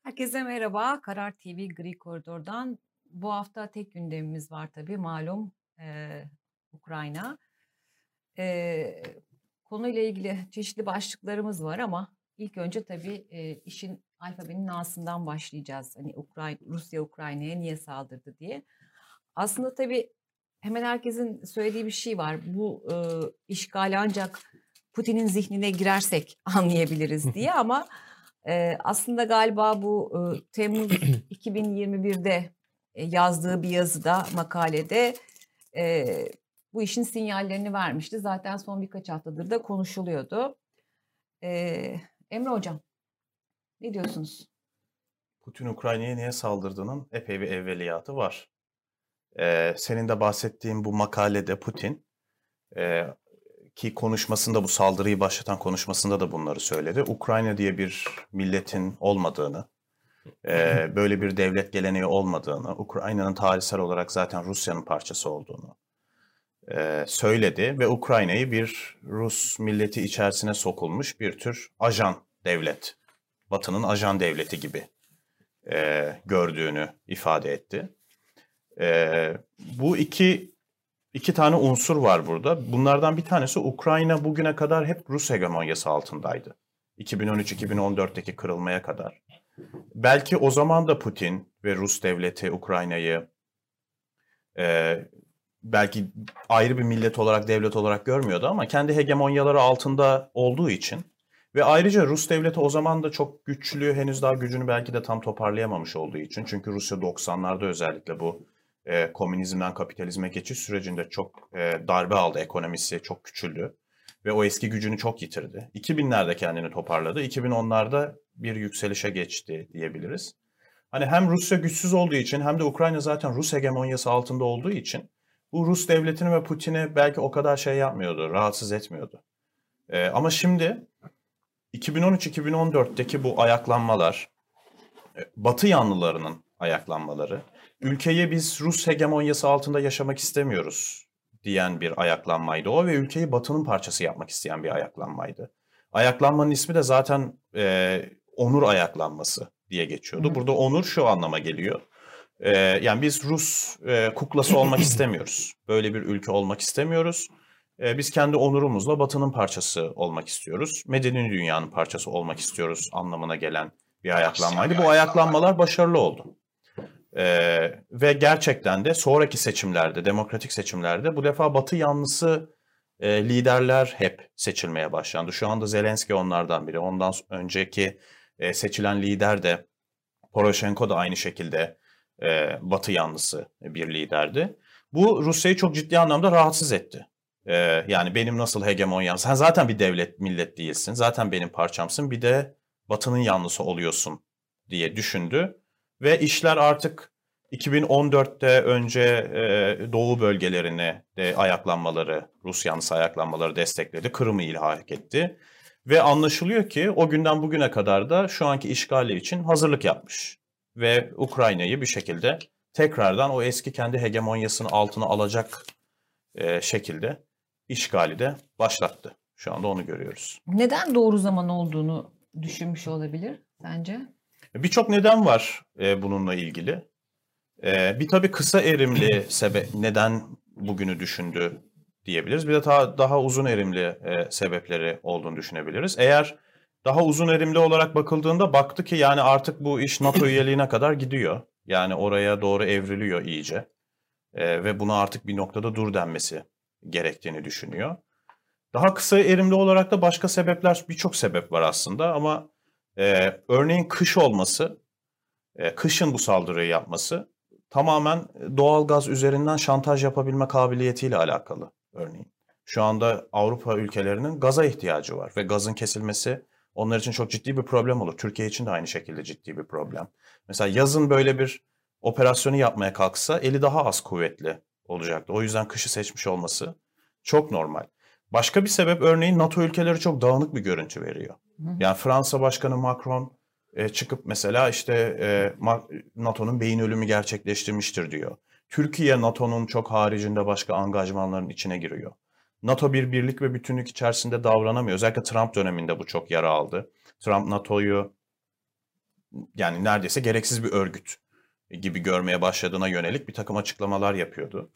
Herkese merhaba. Karar TV Gri Koridor'dan bu hafta tek gündemimiz var tabii malum Ukrayna. Eee, Konuyla ilgili çeşitli başlıklarımız var ama ilk önce tabii işin alfabenin A'sından başlayacağız. Hani Rusya Ukrayna'ya niye saldırdı diye. Aslında tabii hemen herkesin söylediği bir şey var. Bu işgali ancak Putin'in zihnine girersek anlayabiliriz diye ama aslında galiba bu Temmuz 2021'de yazdığı bir yazıda, makalede bu işin sinyallerini vermişti. Zaten son birkaç haftadır da konuşuluyordu. Emre Hocam, ne diyorsunuz? Putin Ukrayna'ya niye saldırdığının epey bir evveliyatı var. Senin de bahsettiğin bu makalede Putin e, ki konuşmasında bu saldırıyı başlatan konuşmasında da bunları söyledi. Ukrayna diye bir milletin olmadığını, böyle bir devlet geleneği olmadığını, Ukrayna'nın tarihsel olarak zaten Rusya'nın parçası olduğunu söyledi ve Ukrayna'yı bir Rus milleti içerisine sokulmuş bir tür ajan devlet, Batı'nın ajan devleti gibi gördüğünü ifade etti. Bu iki tane unsur var burada. Bunlardan bir tanesi Ukrayna bugüne kadar hep Rus hegemonyası altındaydı. 2013-2014'teki kırılmaya kadar. Belki o zaman da Putin ve Rus devleti Ukrayna'yı e, belki ayrı bir millet olarak, devlet olarak görmüyordu ama kendi hegemonyaları altında olduğu için ve ayrıca Rus devleti o zaman da çok güçlü, henüz daha gücünü belki de tam toparlayamamış olduğu için. Çünkü Rusya 90'larda özellikle bu komünizmden kapitalizme geçiş sürecinde çok darbe aldı, ekonomisi çok küçüldü ve o eski gücünü çok yitirdi. 2000'lerde kendini toparladı, 2010'larda bir yükselişe geçti diyebiliriz. Hani hem Rusya güçsüz olduğu için hem de Ukrayna zaten Rus hegemonyası altında olduğu için bu Rus devletini ve Putin'i belki o kadar şey yapmıyordu, rahatsız etmiyordu. Ama şimdi 2013-2014'teki bu ayaklanmalar, Batı yanlılarının ayaklanmaları, ülkeyi biz Rus hegemonyası altında yaşamak istemiyoruz diyen bir ayaklanmaydı o ve ülkeyi Batı'nın parçası yapmak isteyen bir ayaklanmaydı. Ayaklanmanın ismi de zaten onur ayaklanması diye Hı geçiyordu. hı. Burada onur şu anlama geliyor. Yani biz Rus kuklası olmak istemiyoruz. Böyle bir ülke olmak istemiyoruz. Biz kendi onurumuzla Batı'nın parçası olmak istiyoruz. Medeni dünyanın parçası olmak istiyoruz anlamına gelen bir ayaklanmaydı. Bu ayaklanmalar başarılı oldu. Ve gerçekten de sonraki seçimlerde, demokratik seçimlerde bu defa Batı yanlısı liderler hep seçilmeye başlandı. Şu anda Zelenski onlardan biri. Ondan önceki seçilen lider de Poroshenko da aynı şekilde Batı yanlısı bir liderdi. Bu Rusya'yı çok ciddi anlamda rahatsız etti. Yani benim nasıl hegemonyam, sen zaten bir devlet millet değilsin, zaten benim parçamsın, bir de Batı'nın yanlısı oluyorsun diye düşündü. Ve işler artık 2014'te önce Doğu bölgelerini de ayaklanmaları, Rus yanlısı ayaklanmaları destekledi, Kırım'ı ilhak etti. Ve anlaşılıyor ki o günden bugüne kadar da şu anki işgali için hazırlık yapmış ve Ukrayna'yı bir şekilde tekrardan o eski kendi hegemonyasını altına alacak şekilde işgali de başlattı. Şu anda onu görüyoruz. Neden doğru zaman olduğunu düşünmüş olabilir sence? Birçok neden var bununla ilgili. Bir tabii kısa erimli neden bugünü düşündü diyebiliriz. Bir de daha uzun erimli sebepleri olduğunu düşünebiliriz. Eğer daha uzun erimli olarak bakıldığında baktı ki yani artık bu iş NATO üyeliğine kadar gidiyor. Yani oraya doğru evriliyor iyice. Ve buna artık bir noktada dur denmesi gerektiğini düşünüyor. Daha kısa erimli olarak da başka sebepler, birçok sebep var aslında ama örneğin kış olması, kışın bu saldırıyı yapması tamamen doğal gaz üzerinden şantaj yapabilme kabiliyetiyle alakalı örneğin. Şu anda Avrupa ülkelerinin gaza ihtiyacı var ve gazın kesilmesi onlar için çok ciddi bir problem olur. Türkiye için de aynı şekilde ciddi bir problem. Mesela yazın böyle bir operasyonu yapmaya kalksa eli daha az kuvvetli olacaktı. O yüzden kışı seçmiş olması çok normal. Başka bir sebep örneğin NATO ülkeleri çok dağınık bir görüntü veriyor. Hı hı. Yani Fransa Başkanı Macron çıkıp mesela işte NATO'nun beyin ölümü gerçekleştirmiştir diyor. Türkiye NATO'nun çok haricinde başka angajmanların içine giriyor. NATO bir birlik ve bütünlük içerisinde davranamıyor. Özellikle Trump döneminde bu çok yara aldı. Trump NATO'yu yani neredeyse gereksiz bir örgüt gibi görmeye başladığına yönelik bir takım açıklamalar yapıyordu.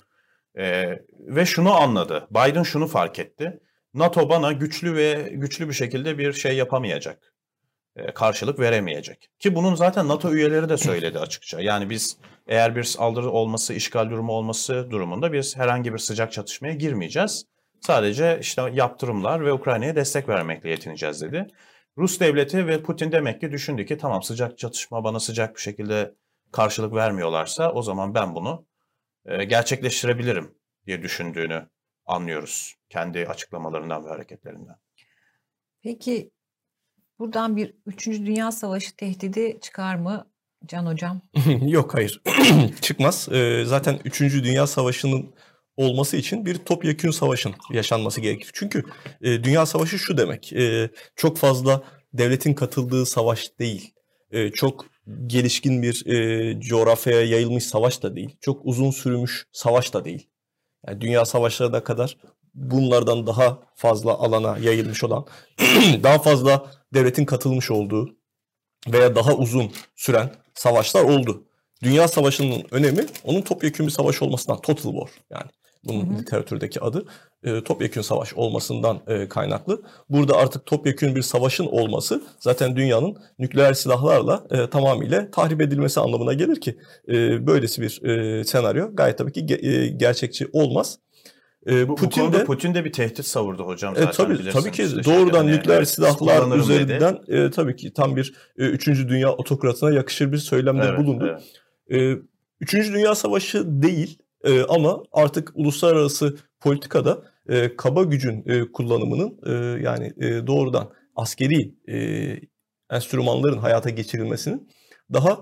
Ve şunu anladı. Biden şunu fark etti. NATO bana güçlü bir şekilde bir şey yapamayacak. Karşılık veremeyecek. Ki bunun zaten NATO üyeleri de söyledi açıkça. Yani biz eğer bir saldırı olması, işgal durumu olması durumunda biz herhangi bir sıcak çatışmaya girmeyeceğiz. Sadece işte yaptırımlar ve Ukrayna'ya destek vermekle yetineceğiz dedi. Rus devleti ve Putin demek ki düşündü ki tamam, sıcak çatışma bana sıcak bir şekilde karşılık vermiyorlarsa o zaman ben bunu gerçekleştirebilirim diye düşündüğünü anlıyoruz kendi açıklamalarından ve hareketlerinden. Peki buradan bir 3. Dünya Savaşı tehdidi çıkar mı Can Hocam? Yok, hayır. Çıkmaz. Zaten 3. Dünya Savaşı'nın olması için bir topyekün savaşın yaşanması gerekir. Çünkü Dünya Savaşı şu demek. Çok fazla devletin katıldığı savaş değil. Çok gelişkin bir coğrafyaya yayılmış savaş da değil. Çok uzun sürmüş savaş da değil. Yani dünya savaşlarına kadar bunlardan daha fazla alana yayılmış olan, daha fazla devletin katılmış olduğu veya daha uzun süren savaşlar oldu. Dünya Savaşı'nın önemi onun topyekün bir savaş olmasından, total war yani bunun literatürdeki adı, topyekün savaş olmasından kaynaklı. Burada artık topyekün bir savaşın olması zaten dünyanın nükleer silahlarla tamamıyla tahrip edilmesi anlamına gelir ki böylesi bir senaryo gayet tabii ki gerçekçi olmaz. Putin de bir tehdit savurdu hocam zaten. Tabii ki doğrudan nükleer silahlar üzerinden tabii ki tam bir 3. Dünya otokratına yakışır bir söylemde bulundu. Evet. 3. Dünya Savaşı değil ama artık uluslararası politikada kaba gücün kullanımının yani doğrudan askeri enstrümanların hayata geçirilmesinin daha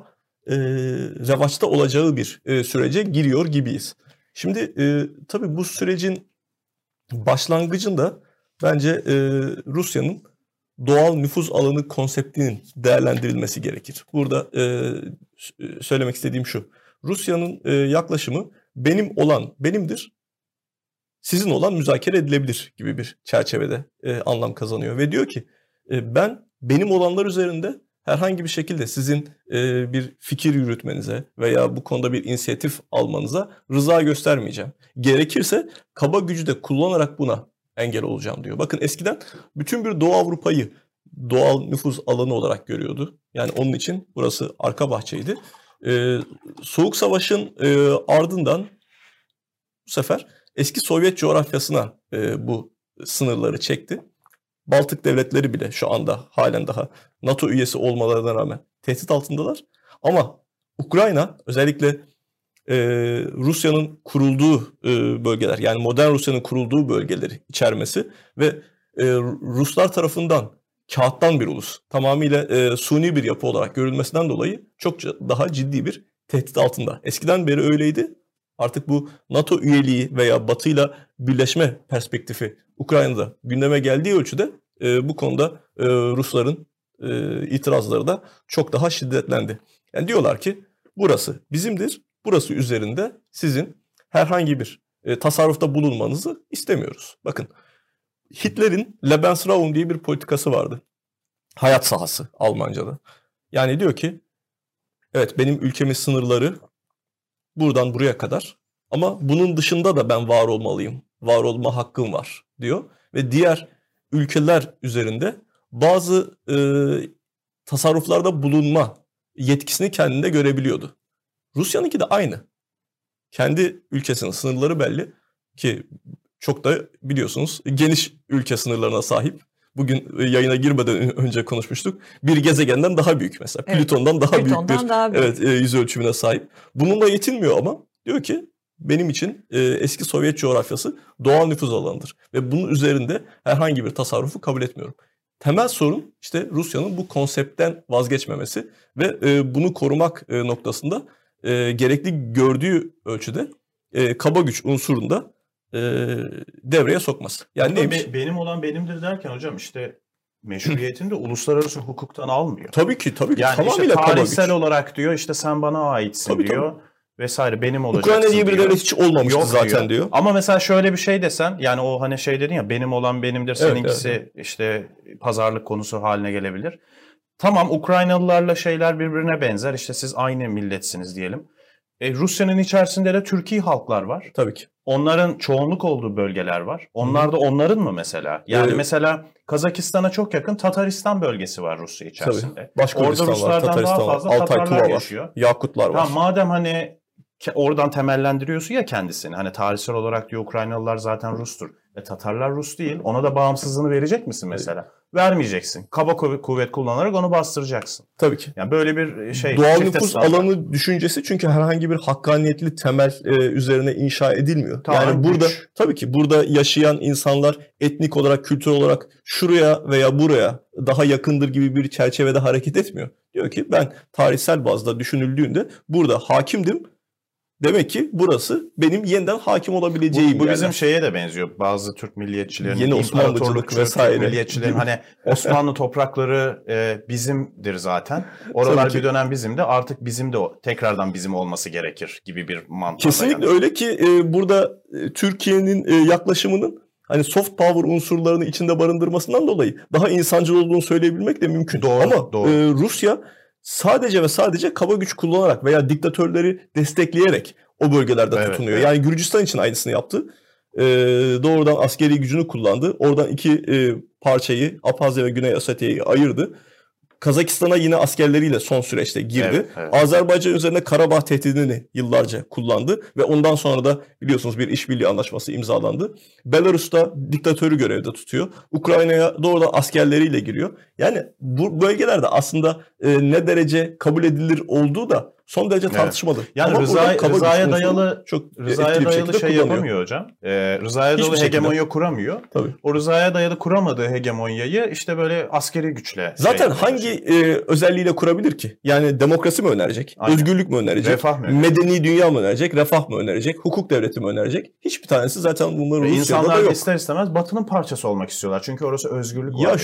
revaçta olacağı bir sürece giriyor gibiyiz. Şimdi tabii bu sürecin başlangıcında bence Rusya'nın doğal nüfuz alanı konseptinin değerlendirilmesi gerekir. Burada söylemek istediğim şu. Rusya'nın yaklaşımı benim olan benimdir, sizin olan müzakere edilebilir gibi bir çerçevede anlam kazanıyor. Ve diyor ki benim olanlar üzerinde herhangi bir şekilde sizin bir fikir yürütmenize veya bu konuda bir inisiyatif almanıza rıza göstermeyeceğim. Gerekirse kaba gücü de kullanarak buna engel olacağım diyor. Bakın eskiden bütün bir Doğu Avrupa'yı doğal nüfuz alanı olarak görüyordu. Yani onun için burası arka bahçeydi. Soğuk Savaş'ın ardından bu sefer eski Sovyet coğrafyasına bu sınırları çekti. Baltık devletleri bile şu anda halen daha NATO üyesi olmalarına rağmen tehdit altındalar. Ama Ukrayna özellikle Rusya'nın kurulduğu bölgeler, yani modern Rusya'nın kurulduğu bölgeleri içermesi ve Ruslar tarafından kağıttan bir ulus, tamamıyla suni bir yapı olarak görülmesinden dolayı çok daha ciddi bir tehdit altında. Eskiden beri öyleydi. Artık bu NATO üyeliği veya Batı'yla birleşme perspektifi Ukrayna'da gündeme geldiği ölçüde bu konuda Rusların itirazları da çok daha şiddetlendi. Yani diyorlar ki burası bizimdir, burası üzerinde sizin herhangi bir tasarrufta bulunmanızı istemiyoruz. Bakın, Hitler'in Lebensraum diye bir politikası vardı. Hayat sahası Almanca'da. Yani diyor ki evet, benim ülkemin sınırları buradan buraya kadar ama bunun dışında da ben var olmalıyım. Var olma hakkım var diyor. Ve diğer ülkeler üzerinde bazı tasarruflarda bulunma yetkisini kendinde görebiliyordu. Rusya'nınki de aynı. Kendi ülkesinin sınırları belli ki çok da biliyorsunuz geniş ülke sınırlarına sahip. Bugün yayına girmeden önce konuşmuştuk. Bir gezegenden daha büyük mesela. Evet. Plüton'dan daha büyük bir evet, yüz ölçümüne sahip. Bununla yetinmiyor ama diyor ki benim için eski Sovyet coğrafyası doğal nüfuz alanıdır. Ve bunun üzerinde herhangi bir tasarrufu kabul etmiyorum. Temel sorun işte Rusya'nın bu konseptten vazgeçmemesi ve bunu korumak noktasında gerekli gördüğü ölçüde kaba güç unsurunu da devreye sokması. Yani neymiş? Benim olan benimdir derken hocam işte meşruiyetini de uluslararası hukuktan almıyor. Tabii ki. Yani tamamıyla işte tarihsel olarak diyor işte sen bana aitsin diyor. Vesaire, benim olacaksın Ukrayna diye bir devlet hiç olmamıştı zaten diyor. Ama mesela şöyle bir şey desen, yani o hani şey dedin ya, benim olan benimdir, seninkisi işte pazarlık konusu haline gelebilir. tamam Ukraynalılarla şeyler birbirine benzer. İşte siz aynı milletsiniz diyelim. Rusya'nın içerisinde de Türkiye halklar var. Tabii ki. Onların çoğunluk olduğu bölgeler var. Onlar da onların mı mesela? Yani mesela Kazakistan'a çok yakın Tataristan bölgesi var Rusya içerisinde. Tabii. Başkurdistan orada Ruslardan var, Tataristan daha fazla var, Altay Tatarlar Tuva yaşıyor. var, Yakutlar var. Tamam, madem hani oradan temellendiriyorsun ya kendisini. Hani tarihsel olarak diyor Ukraynalılar zaten Rus'tur. Tatarlar Rus değil. Ona da bağımsızlığını verecek misin mesela? Vermeyeceksin. Kaba kuvvet kullanarak onu bastıracaksın. Tabii ki. Yani böyle bir şey. Doğal nüfus alanı düşüncesi çünkü herhangi bir hakkaniyetli temel üzerine inşa edilmiyor. Yani burada tabii ki burada yaşayan insanlar etnik olarak, kültür olarak şuraya veya buraya daha yakındır gibi bir çerçevede hareket etmiyor. Diyor ki ben tarihsel bazda düşünüldüğünde burada hakimdim. Demek ki burası benim yeniden hakim olabileceğim bu bizim şeye de benziyor. Bazı Türk milliyetçilerin, yeni Osmanlıcılık vesaire. Türk milliyetçilerin hani Osmanlı toprakları bizimdir zaten. Oralar bir dönem bizimdi. Artık bizim de tekrardan bizim olması gerekir gibi bir mantık. Kesinlikle yani. Öyle ki burada Türkiye'nin yaklaşımının hani soft power unsurlarını içinde barındırmasından dolayı daha insancıl olduğunu söyleyebilmek de mümkün. Doğru, ama Rusya sadece ve sadece kaba güç kullanarak veya diktatörleri destekleyerek o bölgelerde tutunuyor. Yani Gürcistan için aynısını yaptı. Doğrudan askeri gücünü kullandı. Oradan iki parçayı, Abhazya ve Güney Osetya'yı ayırdı. Kazakistan'a yine askerleriyle son süreçte girdi. Azerbaycan üzerine Karabağ tehdidini yıllarca kullandı ve ondan sonra da biliyorsunuz bir işbirliği anlaşması imzalandı. Belarus'ta diktatörü görevde tutuyor. Ukrayna'ya doğrudan askerleriyle giriyor. Yani bu bölgelerde aslında ne derece kabul edilir olduğu da son derece tartışmalı. Yani ama rızaya dayalı şey yapamıyor yapamıyor hocam. Rızaya dayalı hegemonya kuramıyor. Tabii. O rızaya dayalı kuramadığı hegemonyayı işte böyle askeri güçle. Zaten hangi özelliğiyle kurabilir ki? Yani demokrasi mi önerecek? Aynen. Özgürlük mü önerecek? Refah mı medeni dünya mı önerecek? Refah mı önerecek? Hukuk devleti mi önerecek? Hiçbir tanesi zaten bunların Rusya'da insanlar da yok. İnsanlar ister istemez Batı'nın parçası olmak istiyorlar. Çünkü orası özgürlük ya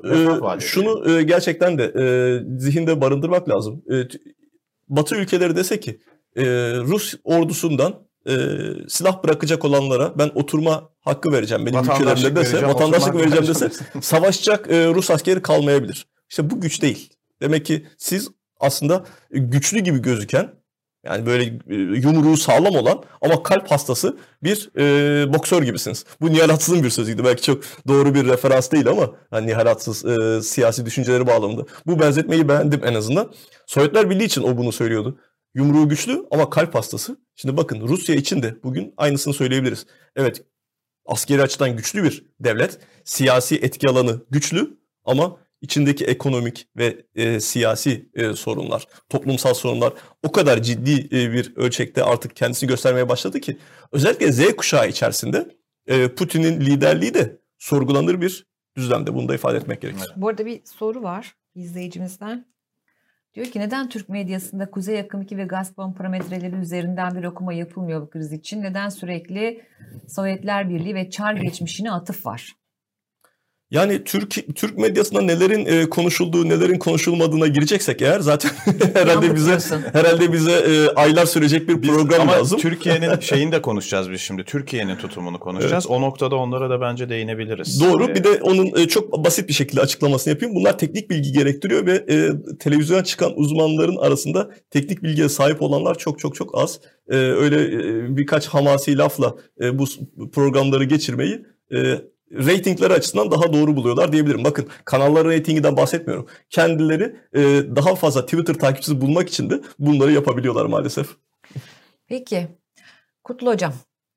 şunu gerçekten de zihinde barındırmak lazım. Batı ülkeleri dese ki Rus ordusundan silah bırakacak olanlara ben oturma hakkı vereceğim benim ülkelerimde dese, vatandaşlık vereceğim dese savaşacak Rus askeri kalmayabilir. İşte bu güç değil. Demek ki siz aslında güçlü gibi gözüken yani böyle yumruğu sağlam olan ama kalp hastası bir boksör gibisiniz. Bu Nihal Atsız'ın bir sözüydü. Belki çok doğru bir referans değil ama hani Nihal Atsız siyasi düşünceleri bağlamında. Bu benzetmeyi beğendim en azından. Sovyetler Birliği için o bunu söylüyordu. Yumruğu güçlü ama kalp hastası. Şimdi bakın Rusya için de bugün aynısını söyleyebiliriz. Evet, askeri açıdan güçlü bir devlet. Siyasi etki alanı güçlü ama içindeki ekonomik ve siyasi sorunlar, toplumsal sorunlar o kadar ciddi bir ölçekte artık kendisini göstermeye başladı ki özellikle Z kuşağı içerisinde Putin'in liderliği de sorgulanır bir düzlemde. Bunu da ifade etmek gerekir. Bu arada bir soru var izleyicimizden. Diyor ki neden Türk medyasında Kuzey Akım 2 ve Gazprom parametreleri üzerinden bir okuma yapılmıyor bu kriz için? Neden sürekli Sovyetler Birliği ve Çar geçmişine atıf var? Yani Türk medyasında nelerin konuşulduğu, nelerin konuşulmadığına gireceksek eğer zaten herhalde bize aylar sürecek bir program lazım. Ama Türkiye'nin şeyini de konuşacağız biz şimdi. Türkiye'nin tutumunu konuşacağız. Evet. O noktada onlara da bence değinebiliriz. Doğru. Bir de onun çok basit bir şekilde açıklamasını yapayım. Bunlar teknik bilgi gerektiriyor ve televizyona çıkan uzmanların arasında teknik bilgiye sahip olanlar çok az. Öyle birkaç hamasi lafla bu programları geçirmeyi reytingleri açısından daha doğru buluyorlar diyebilirim. Bakın kanalların reytinginden bahsetmiyorum. Kendileri daha fazla Twitter takipçisi bulmak için de bunları yapabiliyorlar maalesef. Peki Kutlu Hocam,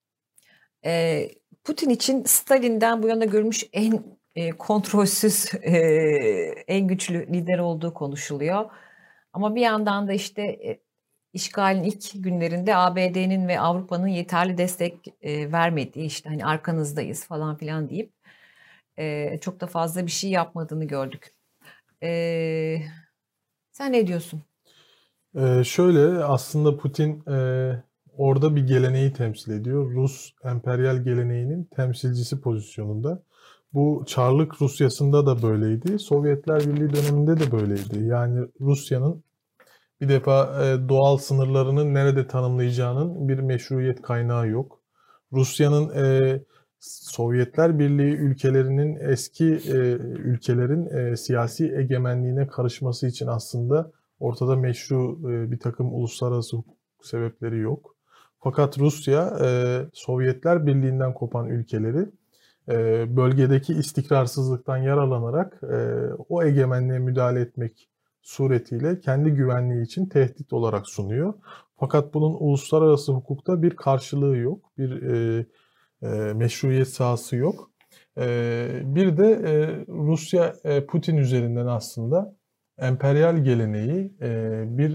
Putin için Stalin'den bu yana görmüş en kontrolsüz, en güçlü lider olduğu konuşuluyor. Ama bir yandan da işte İşgalin ilk günlerinde ABD'nin ve Avrupa'nın yeterli destek vermediği, işte hani arkanızdayız falan filan deyip çok da fazla bir şey yapmadığını gördük. Sen ne diyorsun? Şöyle aslında Putin orada bir geleneği temsil ediyor. Rus emperyal geleneğinin temsilcisi pozisyonunda. Bu Çarlık Rusyası'nda da böyleydi. Sovyetler Birliği döneminde de böyleydi. Yani Rusya'nın bir defa doğal sınırlarını nerede tanımlayacağının bir meşruiyet kaynağı yok. Rusya'nın Sovyetler Birliği ülkelerinin eski ülkelerin siyasi egemenliğine karışması için aslında ortada meşru bir takım uluslararası hukuk sebepleri yok. Fakat Rusya Sovyetler Birliği'nden kopan ülkeleri bölgedeki istikrarsızlıktan yararlanarak o egemenliğe müdahale etmek suretiyle kendi güvenliği için tehdit olarak sunuyor. Fakat bunun uluslararası hukukta bir karşılığı yok, bir meşruiyet sahası yok. Bir de Rusya Putin üzerinden aslında emperyal geleneği bir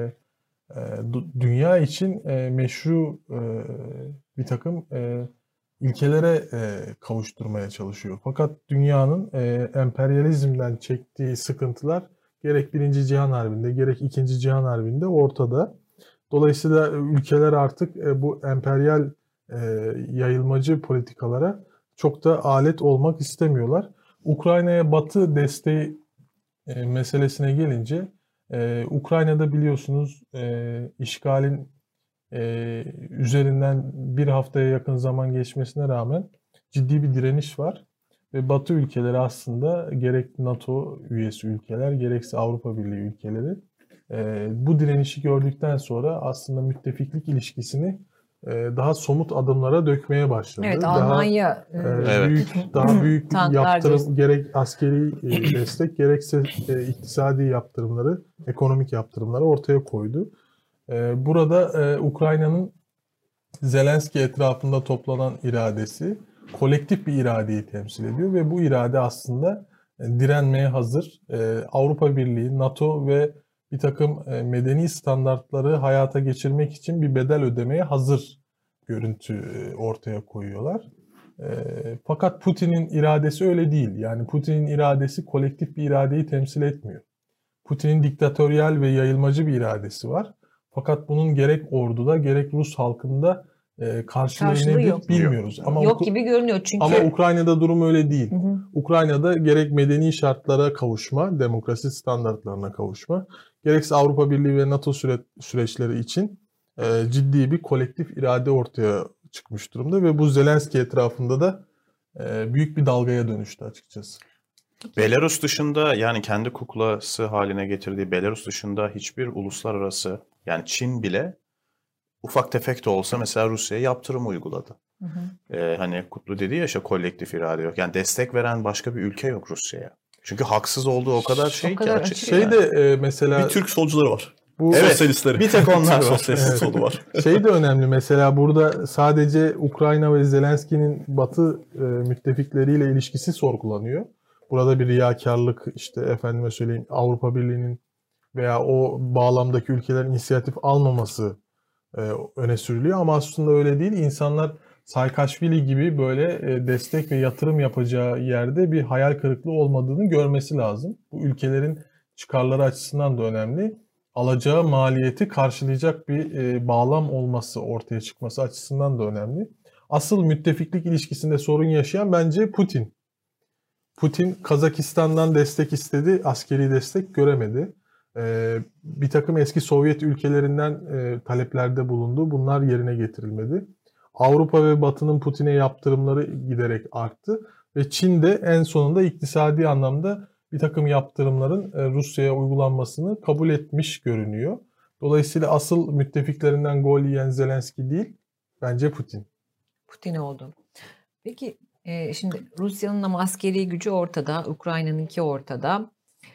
dünya için meşru bir takım ilkelere kavuşturmaya çalışıyor. Fakat dünyanın emperyalizmden çektiği sıkıntılar gerek Birinci Cihan Harbi'nde gerek İkinci Cihan Harbi'nde ortada. Dolayısıyla ülkeler artık bu emperyal yayılmacı politikalara çok da alet olmak istemiyorlar. Ukrayna'ya Batı desteği meselesine gelince Ukrayna'da biliyorsunuz işgalin üzerinden bir haftaya yakın zaman geçmesine rağmen ciddi bir direniş var. Ve Batı ülkeleri aslında gerek NATO üyesi ülkeler gerekse Avrupa Birliği ülkeleri bu direnişi gördükten sonra aslında müttefiklik ilişkisini daha somut adımlara dökmeye başladı. Evet, Almanya daha büyük tanklar yaptırım, gerek askeri destek gerekse iktisadi yaptırımları, ekonomik yaptırımları ortaya koydu. Burada Ukrayna'nın Zelenski etrafında toplanan iradesi kolektif bir iradeyi temsil ediyor ve bu irade aslında direnmeye hazır. Avrupa Birliği, NATO ve bir takım medeni standartları hayata geçirmek için bir bedel ödemeye hazır görüntü ortaya koyuyorlar. Fakat Putin'in iradesi öyle değil. Yani Putin'in iradesi kolektif bir iradeyi temsil etmiyor. Putin'in diktatöryal ve yayılmacı bir iradesi var. Fakat bunun gerek orduda gerek Rus halkında karşılığı nedir yok. bilmiyoruz. Ama yok gibi görünüyor çünkü. Ama Ukrayna'da durum öyle değil. Hı hı. Ukrayna'da gerek medeni şartlara kavuşma, demokrasi standartlarına kavuşma, gerekse Avrupa Birliği ve NATO süreçleri için ciddi bir kolektif irade ortaya çıkmış durumda ve bu Zelenski etrafında da büyük bir dalgaya dönüştü açıkçası. Belarus dışında, yani kendi kuklası haline getirdiği Belarus dışında hiçbir uluslararası, yani Çin bile ufak tefek de olsa mesela Rusya'ya yaptırım uyguladı. Hı hı. Hani Kutlu dedi ya, işte kolektif irade yok. Yani destek veren başka bir ülke yok Rusya'ya. Çünkü haksız olduğu o kadar O kadar açık. açık. Yani. Mesela Bir Türk solcuları var. bu Evet, Sosyalistleri. bir tek onlar var. Sosyalist Evet. solu var. de önemli mesela burada sadece Ukrayna ve Zelenski'nin Batı müttefikleriyle ilişkisi sorgulanıyor. Burada bir riyakarlık, işte efendime söyleyeyim Avrupa Birliği'nin veya o bağlamdaki ülkelerin inisiyatif almaması öne sürülüyor ama aslında öyle değil. İnsanlar Saakashvili gibi böyle destek ve yatırım yapacağı yerde bir hayal kırıklığı olmadığını görmesi lazım. Bu ülkelerin çıkarları açısından da önemli. Alacağı maliyeti karşılayacak bir bağlam olması, ortaya çıkması açısından da önemli. Asıl müttefiklik ilişkisinde sorun yaşayan bence Putin. Putin Kazakistan'dan destek istedi, askeri destek göremedi. Bir takım eski Sovyet ülkelerinden taleplerde bulundu. Bunlar yerine getirilmedi. Avrupa ve Batı'nın Putin'e yaptırımları giderek arttı. Ve Çin de en sonunda iktisadi anlamda bir takım yaptırımların Rusya'ya uygulanmasını kabul etmiş görünüyor. Dolayısıyla asıl müttefiklerinden gol yiyen Zelenski değil, bence Putin. Putin oldu. Peki şimdi Rusya'nın ama askeri gücü ortada, Ukrayna'nınki ortada.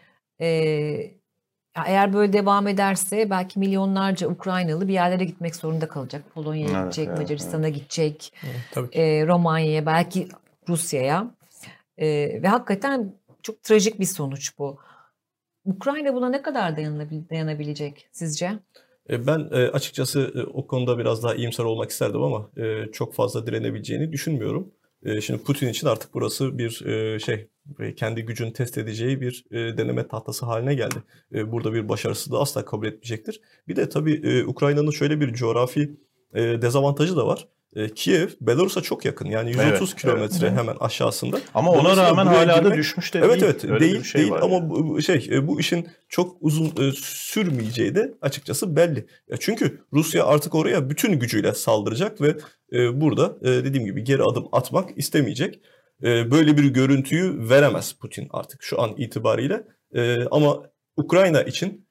Eğer böyle devam ederse belki milyonlarca Ukraynalı bir yerlere gitmek zorunda kalacak. Polonya'ya gidecek, evet, Macaristan'a gidecek, Tabii. Romanya'ya, belki Rusya'ya. Ve hakikaten çok trajik bir sonuç bu. Ukrayna buna ne kadar dayanabilecek sizce? Ben açıkçası o konuda biraz daha iyimser olmak isterdim ama çok fazla direnebileceğini düşünmüyorum. Şimdi Putin için artık burası bir kendi gücünü test edeceği bir deneme tahtası haline geldi. Burada bir başarısızlığı asla kabul etmeyecektir. Bir de tabii Ukrayna'nın şöyle bir coğrafi dezavantajı da var. Kiev Belarus'a çok yakın. Yani 130 kilometre hemen aşağısında. Ama ona rağmen hala da düşmüş de değil. Evet Öyle değil bir şey değil var ama yani. bu işin çok uzun sürmeyeceği de açıkçası belli. Çünkü Rusya artık oraya bütün gücüyle saldıracak ve burada dediğim gibi geri adım atmak istemeyecek. Böyle bir görüntüyü veremez Putin artık şu an itibariyle. Ama Ukrayna için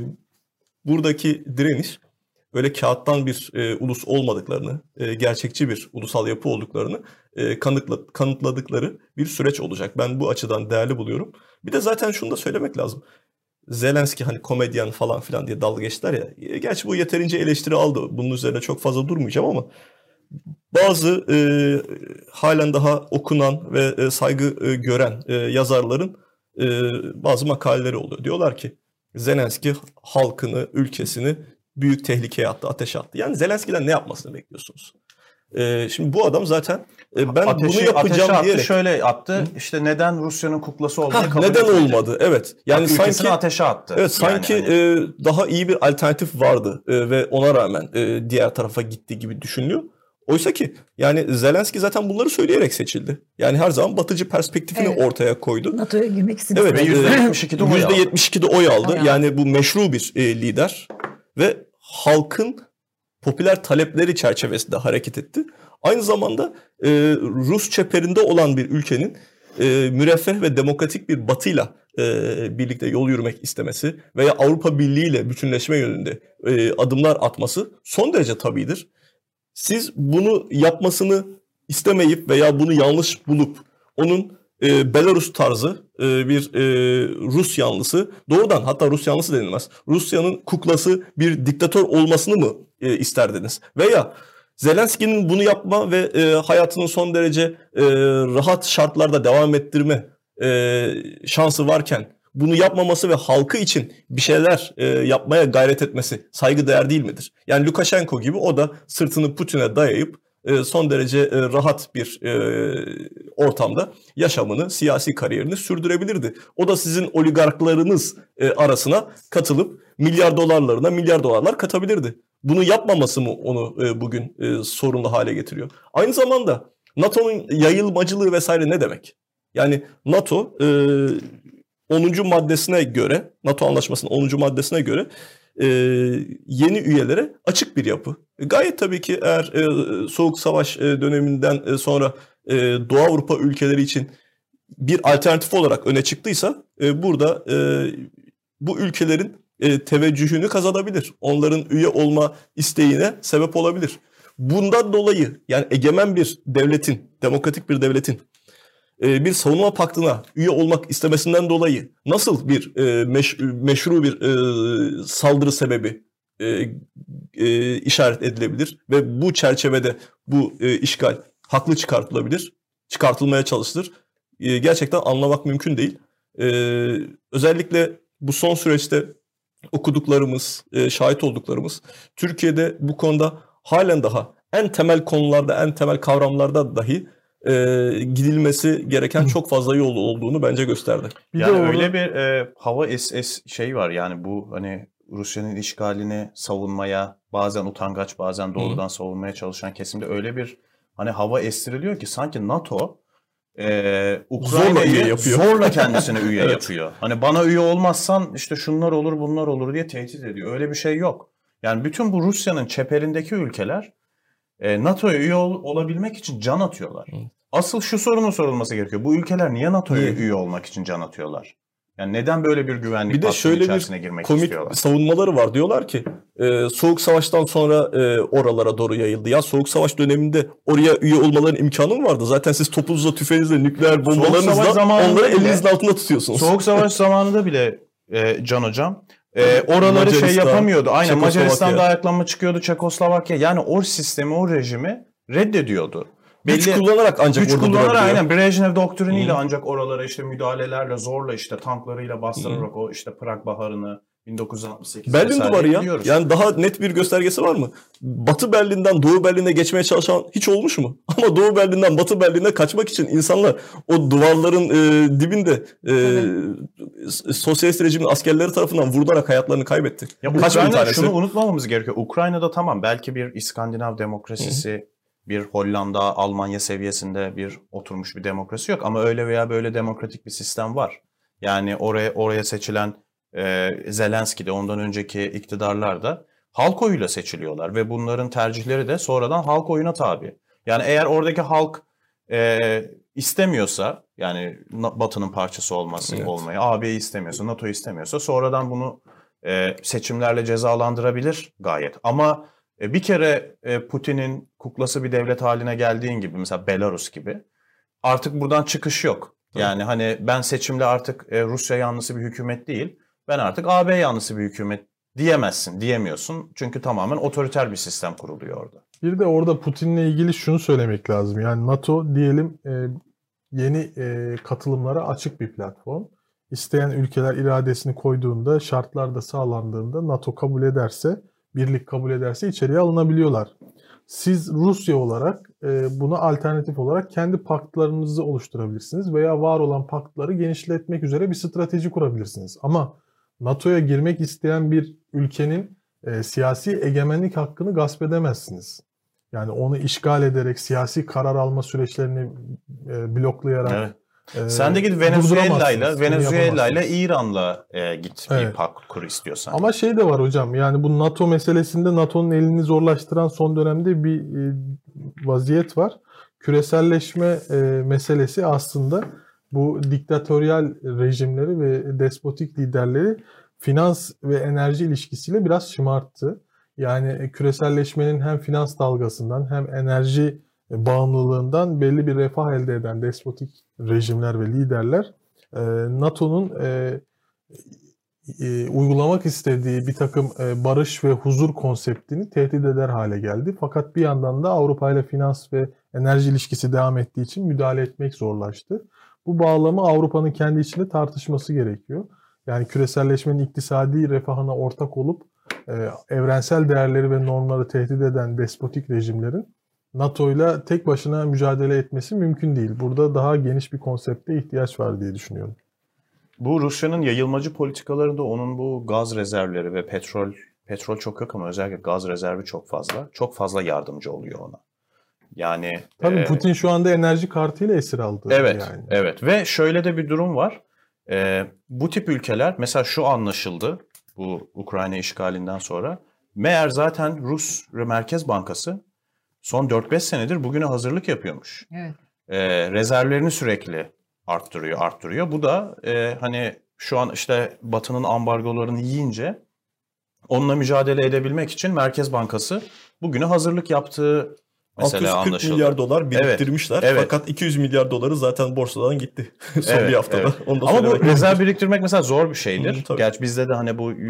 buradaki direniş öyle kağıttan bir ulus olmadıklarını, gerçekçi bir ulusal yapı olduklarını kanıtladıkları bir süreç olacak. Ben bu açıdan değerli buluyorum. Bir de zaten şunu da söylemek lazım. Zelenski hani komedyen falan filan diye dalga geçtiler ya. Gerçi bu yeterince eleştiri aldı. Bunun üzerine çok fazla durmayacağım ama bazı halen daha okunan ve saygı gören yazarların bazı makaleleri oluyor. Diyorlar ki Zelenski halkını, ülkesini büyük tehlikeye attı, ateşe attı. Yani Zelenski'den ne yapmasını bekliyorsunuz? Şimdi bu adam zaten ben bunu yapacağım diyerek... şöyle attı. İşte neden Rusya'nın kuklası olmayı kabul neden etmedi? olmadı? Evet. Yani sanki ateşe attı. Evet, sanki yani daha iyi bir alternatif vardı ve ona rağmen diğer tarafa gitti gibi düşünülüyor. Oysa ki yani Zelenski zaten bunları söyleyerek seçildi. Yani her zaman batıcı perspektifini ortaya koydu. NATO'ya girmek istedi. Evet, %72'de oy aldı. Yani bu meşru bir lider ve halkın popüler talepleri çerçevesinde hareket etti. Aynı zamanda Rus çeperinde olan bir ülkenin müreffeh ve demokratik bir batıyla birlikte yol yürümek istemesi veya Avrupa Birliği ile bütünleşme yönünde adımlar atması son derece tabidir. Siz bunu yapmasını istemeyip veya bunu yanlış bulup onun Belarus tarzı bir Rus yanlısı, doğrudan hatta Rus yanlısı denilmez, Rusya'nın kuklası bir diktatör olmasını mı isterdiniz? Veya Zelenski'nin bunu yapma ve hayatının son derece rahat şartlarda devam ettirme şansı varken bunu yapmaması ve halkı için bir şeyler yapmaya gayret etmesi saygıdeğer değil midir? Yani Lukashenko gibi o da sırtını Putin'e dayayıp son derece rahat bir ortamda yaşamını, siyasi kariyerini sürdürebilirdi. O da sizin oligarklarınız arasına katılıp milyar dolarlar katabilirdi. Bunu yapmaması mı onu bugün sorunlu hale getiriyor? Aynı zamanda NATO'nun yayılmacılığı vesaire ne demek? Yani NATO 10. maddesine göre, NATO anlaşmasının 10. maddesine göre yeni üyelere açık bir yapı. Gayet tabii ki eğer Soğuk Savaş döneminden sonra Doğu Avrupa ülkeleri için bir alternatif olarak öne çıktıysa burada bu ülkelerin teveccühünü kazanabilir. Onların üye olma isteğine sebep olabilir. Bundan dolayı yani egemen bir devletin, demokratik bir devletin bir savunma paktına üye olmak istemesinden dolayı nasıl bir meşru bir saldırı sebebi işaret edilebilir ve bu çerçevede bu işgal haklı çıkartılmaya çalışılır. Gerçekten anlamak mümkün değil. Özellikle bu son süreçte okuduklarımız, şahit olduklarımız Türkiye'de bu konuda halen daha en temel konularda, en temel kavramlarda dahi gidilmesi gereken çok fazla yol olduğunu bence gösterdi. Yani öyle bir hava şey var yani bu hani Rusya'nın işgalini savunmaya bazen utangaç bazen doğrudan savunmaya çalışan kesimde öyle bir hani hava estiriliyor ki sanki NATO Ukrayna'yı zorla kendisine üye yapıyor. Hani bana üye olmazsan işte şunlar olur bunlar olur diye tehdit ediyor. Öyle bir şey yok. Yani bütün bu Rusya'nın çeperindeki ülkeler NATO'ya üye olabilmek için can atıyorlar. Asıl şu sorunun sorulması gerekiyor. Bu ülkeler niye NATO'ya üye olmak için can atıyorlar? Yani neden böyle bir güvenlik paktının içerisine girmek istiyorlar? Bir de şöyle bir savunmaları var. Diyorlar ki Soğuk Savaş'tan sonra oralara doğru yayıldı. Ya Soğuk Savaş döneminde oraya üye olmaların imkanı mı vardı? Zaten siz topunuzla, tüfeğinizle, nükleer bombalarınızla onları elinizin altında tutuyorsunuz. Soğuk Savaş zamanında bile Can Hocam oraları şey yapamıyordu. Aynen Macaristan'da ayaklanma çıkıyordu, Çekoslovakya. Yani o sistemi, o rejimi reddediyordu. Güç kullanarak ancak orada durabiliyor. Aynen Brejnev doktriniyle ancak oralara işte müdahalelerle zorla işte tanklarıyla bastırarak o işte Prag Baharı'nı 1968 Berlin Duvarı ya. Yani daha net bir göstergesi var mı? Batı Berlin'den Doğu Berlin'e geçmeye çalışan hiç olmuş mu? Ama Doğu Berlin'den Batı Berlin'e kaçmak için insanlar o duvarların dibinde sosyalist rejimin askerleri tarafından vurularak hayatlarını kaybetti. Ya Ukrayna şunu unutmamamız gerekiyor. Ukrayna'da tamam belki bir İskandinav demokrasisi bir Hollanda, Almanya seviyesinde bir oturmuş bir demokrasi yok. Ama öyle veya böyle demokratik bir sistem var. Yani oraya seçilen Zelenski de ondan önceki iktidarlar da halk oyuyla seçiliyorlar. Ve bunların tercihleri de sonradan halk oyuna tabi. Yani eğer oradaki halk istemiyorsa, yani Batı'nın parçası olmayı, AB'yi istemiyorsa, NATO'yu istemiyorsa sonradan bunu seçimlerle cezalandırabilir gayet. Ama bir kere Putin'in kuklası bir devlet haline geldiğin gibi, mesela Belarus gibi, artık buradan çıkış yok. Yani hani ben seçimle artık Rusya yanlısı bir hükümet değil, ben artık AB yanlısı bir hükümet diyemiyorsun. Çünkü tamamen otoriter bir sistem kuruluyor orada. Bir de orada Putin'le ilgili şunu söylemek lazım. Yani NATO diyelim yeni katılımlara açık bir platform. İsteyen ülkeler iradesini koyduğunda, şartlar da sağlandığında, NATO kabul ederse, birlik kabul ederse içeriye alınabiliyorlar. Siz Rusya olarak buna alternatif olarak kendi paktlarınızı oluşturabilirsiniz veya var olan paktları genişletmek üzere bir strateji kurabilirsiniz. Ama NATO'ya girmek isteyen bir ülkenin siyasi egemenlik hakkını gasp edemezsiniz. Yani onu işgal ederek, siyasi karar alma süreçlerini bloklayarak... Evet. Sen de git Venezuela'yla İran'la git bir pakt kur istiyorsan. Ama şey de var hocam, yani bu NATO meselesinde NATO'nun elini zorlaştıran son dönemde bir vaziyet var. Küreselleşme meselesi aslında bu diktatöryal rejimleri ve despotik liderleri finans ve enerji ilişkisiyle biraz şımarttı. Yani küreselleşmenin hem finans dalgasından hem enerji bağımlılığından belli bir refah elde eden despotik rejimler ve liderler NATO'nun uygulamak istediği bir takım barış ve huzur konseptini tehdit eder hale geldi. Fakat bir yandan da Avrupa ile finans ve enerji ilişkisi devam ettiği için müdahale etmek zorlaştı. Bu bağlamı Avrupa'nın kendi içinde tartışması gerekiyor. Yani küreselleşmenin iktisadi refahına ortak olup evrensel değerleri ve normları tehdit eden despotik rejimlerin NATO ile tek başına mücadele etmesi mümkün değil. Burada daha geniş bir konsepte ihtiyaç var diye düşünüyorum. Bu Rusya'nın yayılmacı politikalarında onun bu gaz rezervleri ve petrol çok yok ama özellikle gaz rezervi çok fazla. Çok fazla yardımcı oluyor ona. Yani tabii Putin şu anda enerji kartıyla esir aldı. Evet, yani. Evet. Ve şöyle de bir durum var. Bu tip ülkeler, mesela şu anlaşıldı bu Ukrayna işgalinden sonra. Meğer zaten Rus Merkez Bankası son 4-5 senedir bugüne hazırlık yapıyormuş. Evet. Rezervlerini sürekli arttırıyor. Bu da hani şu an işte Batı'nın ambargolarını yiyince onunla mücadele edebilmek için Merkez Bankası bugüne hazırlık yaptığı mesela 640 anlaşıldı. milyar dolar biriktirmişler. Evet. Fakat 200 milyar doları zaten borsadan gitti son bir haftada. Evet. Onu da ama bu rezerv lazım. biriktirmek mesela zor bir şeydir. Tabii. Gerçi bizde de hani bu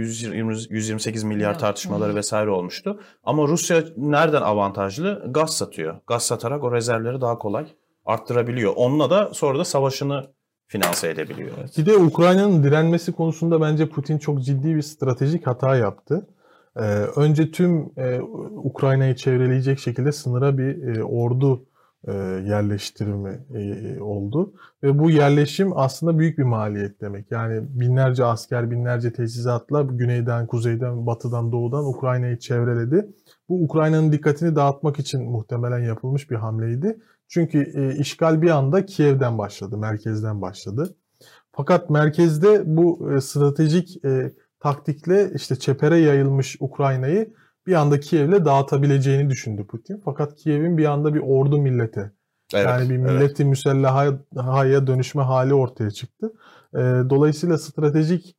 128 milyar tartışmaları vesaire olmuştu. Ama Rusya nereden avantajlı? Gaz satıyor. Gaz satarak o rezervleri daha kolay arttırabiliyor. Onunla da sonra da savaşını finanse edebiliyor. Bir de Ukrayna'nın direnmesi konusunda bence Putin çok ciddi bir stratejik hata yaptı. Önce tüm Ukrayna'yı çevreleyecek şekilde sınıra bir ordu yerleştirme oldu. Ve bu yerleşim aslında büyük bir maliyet demek. Yani binlerce asker, binlerce teçhizatla güneyden, kuzeyden, batıdan, doğudan Ukrayna'yı çevreledi. Bu Ukrayna'nın dikkatini dağıtmak için muhtemelen yapılmış bir hamleydi. Çünkü işgal bir anda Kiev'den başladı, merkezden başladı. Fakat merkezde bu stratejik taktikle işte çepere yayılmış Ukrayna'yı bir anda Kiev'le dağıtabileceğini düşündü Putin. Fakat Kiev'in bir anda bir ordu millete, yani bir milleti müsellahaya dönüşme hali ortaya çıktı. Dolayısıyla stratejik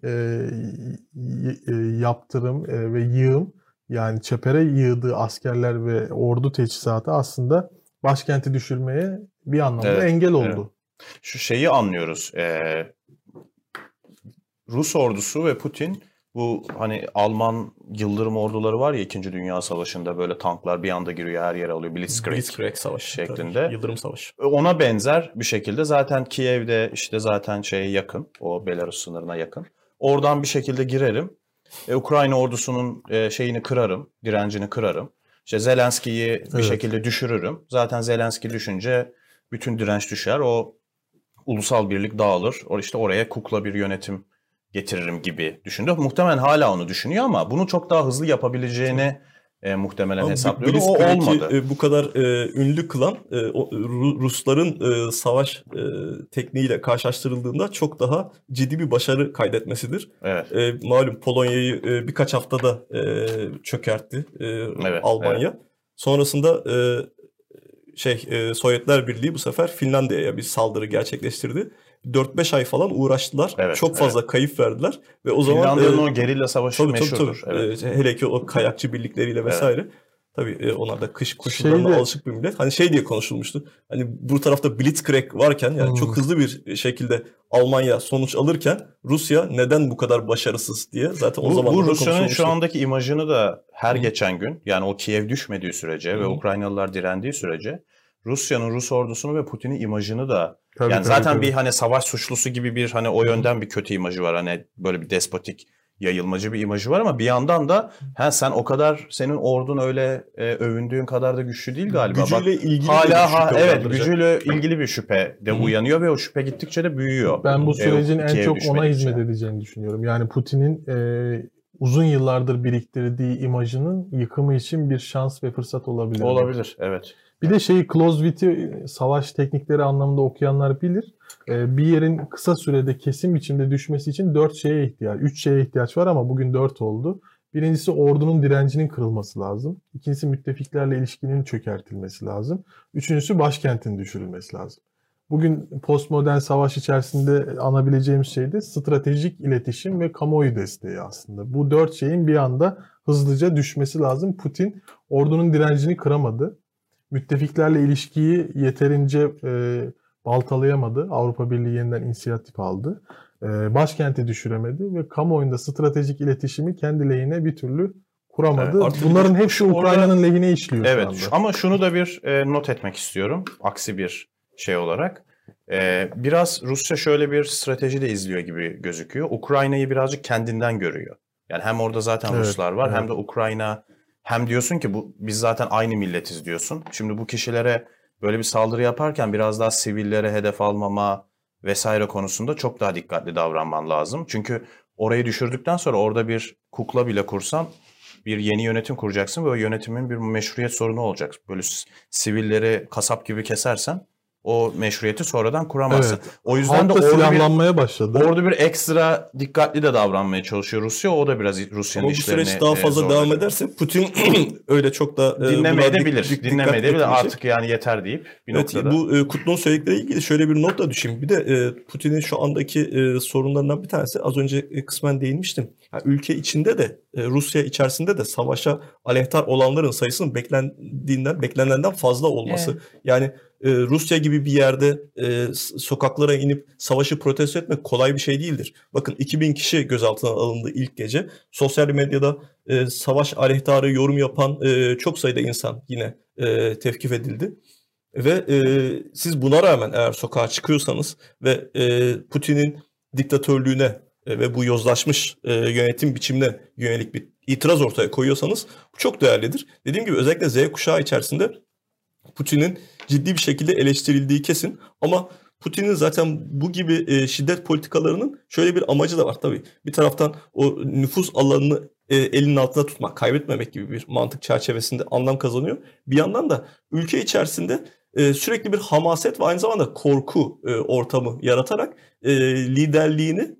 yaptırım ve yığım, yani çepere yığdığı askerler ve ordu teçhizatı aslında başkenti düşürmeye bir anlamda engel oldu. Evet. Şu şeyi anlıyoruz. Rus ordusu ve Putin, bu hani Alman Yıldırım orduları var ya 2. Dünya Savaşı'nda, böyle tanklar bir anda giriyor, her yere alıyor. Blitzkrieg Savaşı şeklinde. Tabii. Yıldırım Savaşı. Ona benzer bir şekilde zaten Kiev'de işte zaten şeye yakın, o Belarus sınırına yakın. Oradan bir şekilde girerim. Ukrayna ordusunun şeyini kırarım, direncini kırarım. İşte Zelenski'yi bir şekilde düşürürüm. Zaten Zelenski düşünce bütün direnç düşer. O ulusal birlik dağılır. İşte oraya kukla bir yönetim getiririm gibi düşündü. Muhtemelen hala onu düşünüyor ama bunu çok daha hızlı yapabileceğini muhtemelen Ama hesaplıyordu. O Blitzkrieg'i olmadı. bu kadar ünlü kılan Rusların savaş tekniğiyle karşılaştırıldığında çok daha ciddi bir başarı kaydetmesidir. Evet. Malum Polonya'yı birkaç haftada çökertti Almanya. Evet. Sonrasında Sovyetler Birliği bu sefer Finlandiya'ya bir saldırı gerçekleştirdi. 4-5 ay falan uğraştılar. Evet, çok fazla kayıp verdiler ve o zaman Finlandiya'nın o gerilla savaşı meşhurdur. Tabii. Evet. Hele ki o kayakçı birlikleriyle vesaire. Evet. Tabii onlar da kış koşullarına alışık bir millet. Hani diye konuşulmuştu. Hani bu tarafta Blitzkrieg varken yani çok hızlı bir şekilde Almanya sonuç alırken Rusya neden bu kadar başarısız diye zaten o zaman bu Rusya'nın şu andaki imajını da her geçen gün, yani o Kiev düşmediği sürece ve Ukraynalılar direndiği sürece Rusya'nın, Rus ordusunu ve Putin'in imajını da zaten bir hani savaş suçlusu gibi bir hani o yönden bir kötü imajı var. Hani böyle bir despotik, yayılmacı bir imajı var ama bir yandan da sen o kadar, senin ordun öyle övündüğün kadar da güçlü değil galiba. Gücüyle ilgili gücüyle ilgili bir şüphe de uyanıyor ve o şüphe gittikçe de büyüyor. Ben bu sürecin en çok ona hizmet edeceğini düşünüyorum. Yani Putin'in uzun yıllardır biriktirdiği imajının yıkımı için bir şans ve fırsat olabilir. Olabilir, evet. Bir de Clausewitzi savaş teknikleri anlamında okuyanlar bilir. Bir yerin kısa sürede kesin biçimde düşmesi için 3 şeye ihtiyaç var ama bugün 4 oldu. Birincisi ordunun direncinin kırılması lazım. İkincisi müttefiklerle ilişkinin çökertilmesi lazım. Üçüncüsü başkentin düşürülmesi lazım. Bugün postmodern savaş içerisinde anabileceğimiz şey de stratejik iletişim ve kamuoyu desteği aslında. Bu 4 şeyin bir anda hızlıca düşmesi lazım. Putin ordunun direncini kıramadı. Müttefiklerle ilişkiyi yeterince baltalayamadı. Avrupa Birliği yeniden inisiyatif aldı. Başkenti düşüremedi ve kamuoyunda stratejik iletişimi kendi lehine bir türlü kuramadı. Evet, bunların hepsi Ukrayna'nın lehine işliyor şu anda. Evet, ama şunu da bir not etmek istiyorum. Aksi bir şey olarak. Biraz Rusya şöyle bir strateji de izliyor gibi gözüküyor. Ukrayna'yı birazcık kendinden görüyor. Yani hem orada zaten Ruslar var hem de Ukrayna. Hem diyorsun ki biz zaten aynı milletiz diyorsun. Şimdi bu kişilere böyle bir saldırı yaparken biraz daha sivillere hedef almama vesaire konusunda çok daha dikkatli davranman lazım. Çünkü orayı düşürdükten sonra orada bir kukla bile kursan bir yeni yönetim kuracaksın ve o yönetimin bir meşruiyet sorunu olacak. Böyle sivilleri kasap gibi kesersen o meşruiyeti sonradan kuramazsın. Evet. O yüzden de silahlanmaya başladı. Orada bir ekstra dikkatli de davranmaya çalışıyor Rusya. O da biraz Rusya'nın işlerini bu süreç daha fazla devam ederse Putin öyle çok da dinlemeyebilir. Artık yani yeter deyip bir noktada. Bu Kutlu'nun söyledikleriyle ilgili şöyle bir not da düşeyim. Bir de Putin'in şu andaki sorunlarından bir tanesi, az önce kısmen değinmiştim. Yani ülke içinde de Rusya içerisinde de savaşa aleyhtar olanların sayısının beklenenden fazla olması. Evet. Yani Rusya gibi bir yerde sokaklara inip savaşı protesto etmek kolay bir şey değildir. Bakın 2000 kişi gözaltına alındı ilk gece. Sosyal medyada savaş aleyhtarı yorum yapan çok sayıda insan yine tevkif edildi. Ve siz buna rağmen eğer sokağa çıkıyorsanız ve Putin'in diktatörlüğüne ve bu yozlaşmış yönetim biçimine yönelik bir itiraz ortaya koyuyorsanız bu çok değerlidir. Dediğim gibi özellikle Z kuşağı içerisinde Putin'in ciddi bir şekilde eleştirildiği kesin. Ama Putin'in zaten bu gibi şiddet politikalarının şöyle bir amacı da var tabii. Bir taraftan o nüfus alanını elinin altında tutmak, kaybetmemek gibi bir mantık çerçevesinde anlam kazanıyor. Bir yandan da ülke içerisinde sürekli bir hamaset ve aynı zamanda korku ortamı yaratarak liderliğini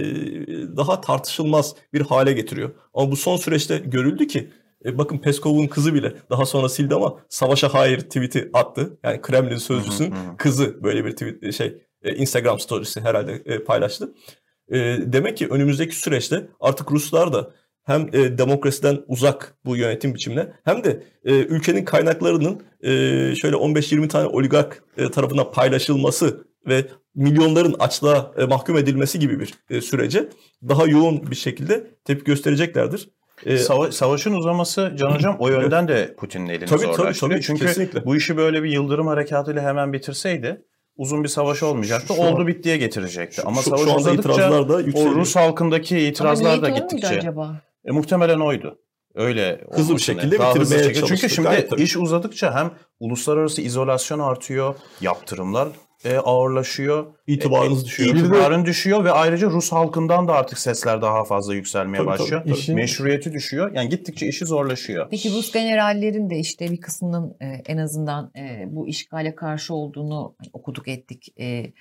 daha tartışılmaz bir hale getiriyor. Ama bu son süreçte görüldü ki bakın Peskov'un kızı bile daha sonra sildi ama savaşa hayır tweet'i attı. Yani Kremlin sözcüsünün kızı böyle bir tweet Instagram storiesi herhalde paylaştı. Demek ki önümüzdeki süreçte artık Ruslar da hem demokrasiden uzak bu yönetim biçimine hem de ülkenin kaynaklarının şöyle 15-20 tane oligark tarafından paylaşılması ve milyonların açlığa mahkum edilmesi gibi bir sürece daha yoğun bir şekilde tepki göstereceklerdir. Savaşın uzaması Can Hocam o yönden de Putin'in elini zorlaştırıyor. Tabii, çünkü kesinlikle. Bu işi böyle bir yıldırım harekatıyla hemen bitirseydi uzun bir savaş olmayacaktı. Oldu bittiye getirecekti. Ama savaş uzadıkça o Rus halkındaki itirazlar da gittikçe. Acaba? Muhtemelen oydu. Öyle hızlı bir şekilde bitirmeye çalıştık. Çünkü şimdi iş uzadıkça hem uluslararası izolasyon artıyor, yaptırımlar ağırlaşıyor. İtibarınız düşüyor. İtibarın düşüyor ve ayrıca Rus halkından da artık sesler daha fazla yükselmeye başlıyor. İşin... Meşruiyeti düşüyor. Yani gittikçe işi zorlaşıyor. Peki Rus generallerin de işte bir kısmının en azından bu işgale karşı olduğunu okuduk ettik.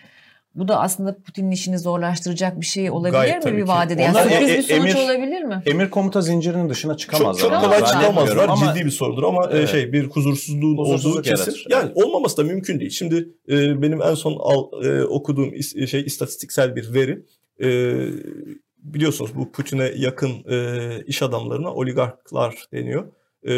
Bu da aslında Putin'in işini zorlaştıracak bir şey olabilir Gayet mi bir ki. vadede? Yani Onlar sürpriz bir sonuç olabilir mi? Emir komuta zincirinin dışına çıkamazlar. Çok Ama kolay zannetmiyorum çıkamazlar. ama Ciddi bir sorudur ama bir huzursuzluğun Huzursuzluk olduğu kesin. yaratır. Yani olmaması da mümkün değil. Şimdi benim en son okuduğum istatistiksel bir veri. Biliyorsunuz bu Putin'e yakın iş adamlarına oligarklar deniyor.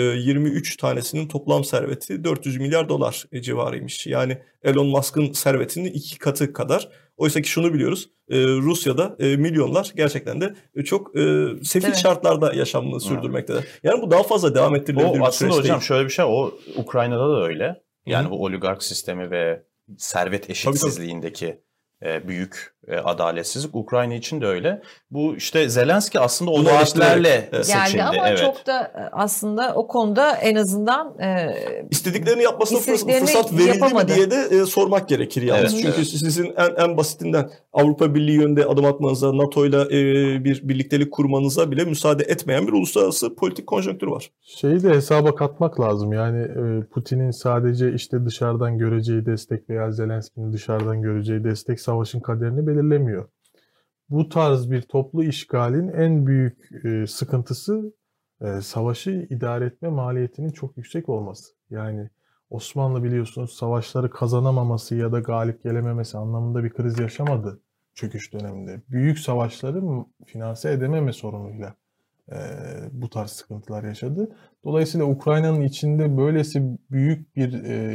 23 tanesinin toplam serveti 400 milyar dolar civarıymış. Yani Elon Musk'ın servetinin 2 katı kadar. Oysa ki şunu biliyoruz. Rusya'da milyonlar gerçekten de çok sefil Evet. şartlarda yaşamını sürdürmektedir. Yani bu daha fazla devam ettirilebilir bir O süreç aslında hocam değil. şöyle bir şey. O Ukrayna'da da öyle. Yani Hı. bu oligark sistemi ve servet eşitsizliğindeki büyük adaletsizlik Ukrayna için de öyle. Bu işte Zelenski aslında o Bunu vaatlerle eleştirerek, seçildi. Geldi ama Evet. çok da aslında o konuda en azından İstediklerini yapmasına İstediklerini fırsat verildi yapamadı. mi diye de sormak gerekir yalnız. Evet, Çünkü evet. sizin en basitinden Avrupa Birliği yönünde adım atmanıza, NATO'yla bir birliktelik kurmanıza bile müsaade etmeyen bir uluslararası politik konjonktür var. Şeyi de hesaba katmak lazım. Yani Putin'in sadece işte dışarıdan göreceği destek veya Zelenski'nin dışarıdan göreceği destek savaşın kaderini belirlemiyor. Bu tarz bir toplu işgalin en büyük sıkıntısı savaşı idare etme maliyetinin çok yüksek olması. Yani Osmanlı biliyorsunuz savaşları kazanamaması ya da galip gelememesi anlamında bir kriz yaşamadı çöküş döneminde. Büyük savaşları finanse edememe sorunuyla bu tarz sıkıntılar yaşadı. Dolayısıyla Ukrayna'nın içinde böylesi büyük bir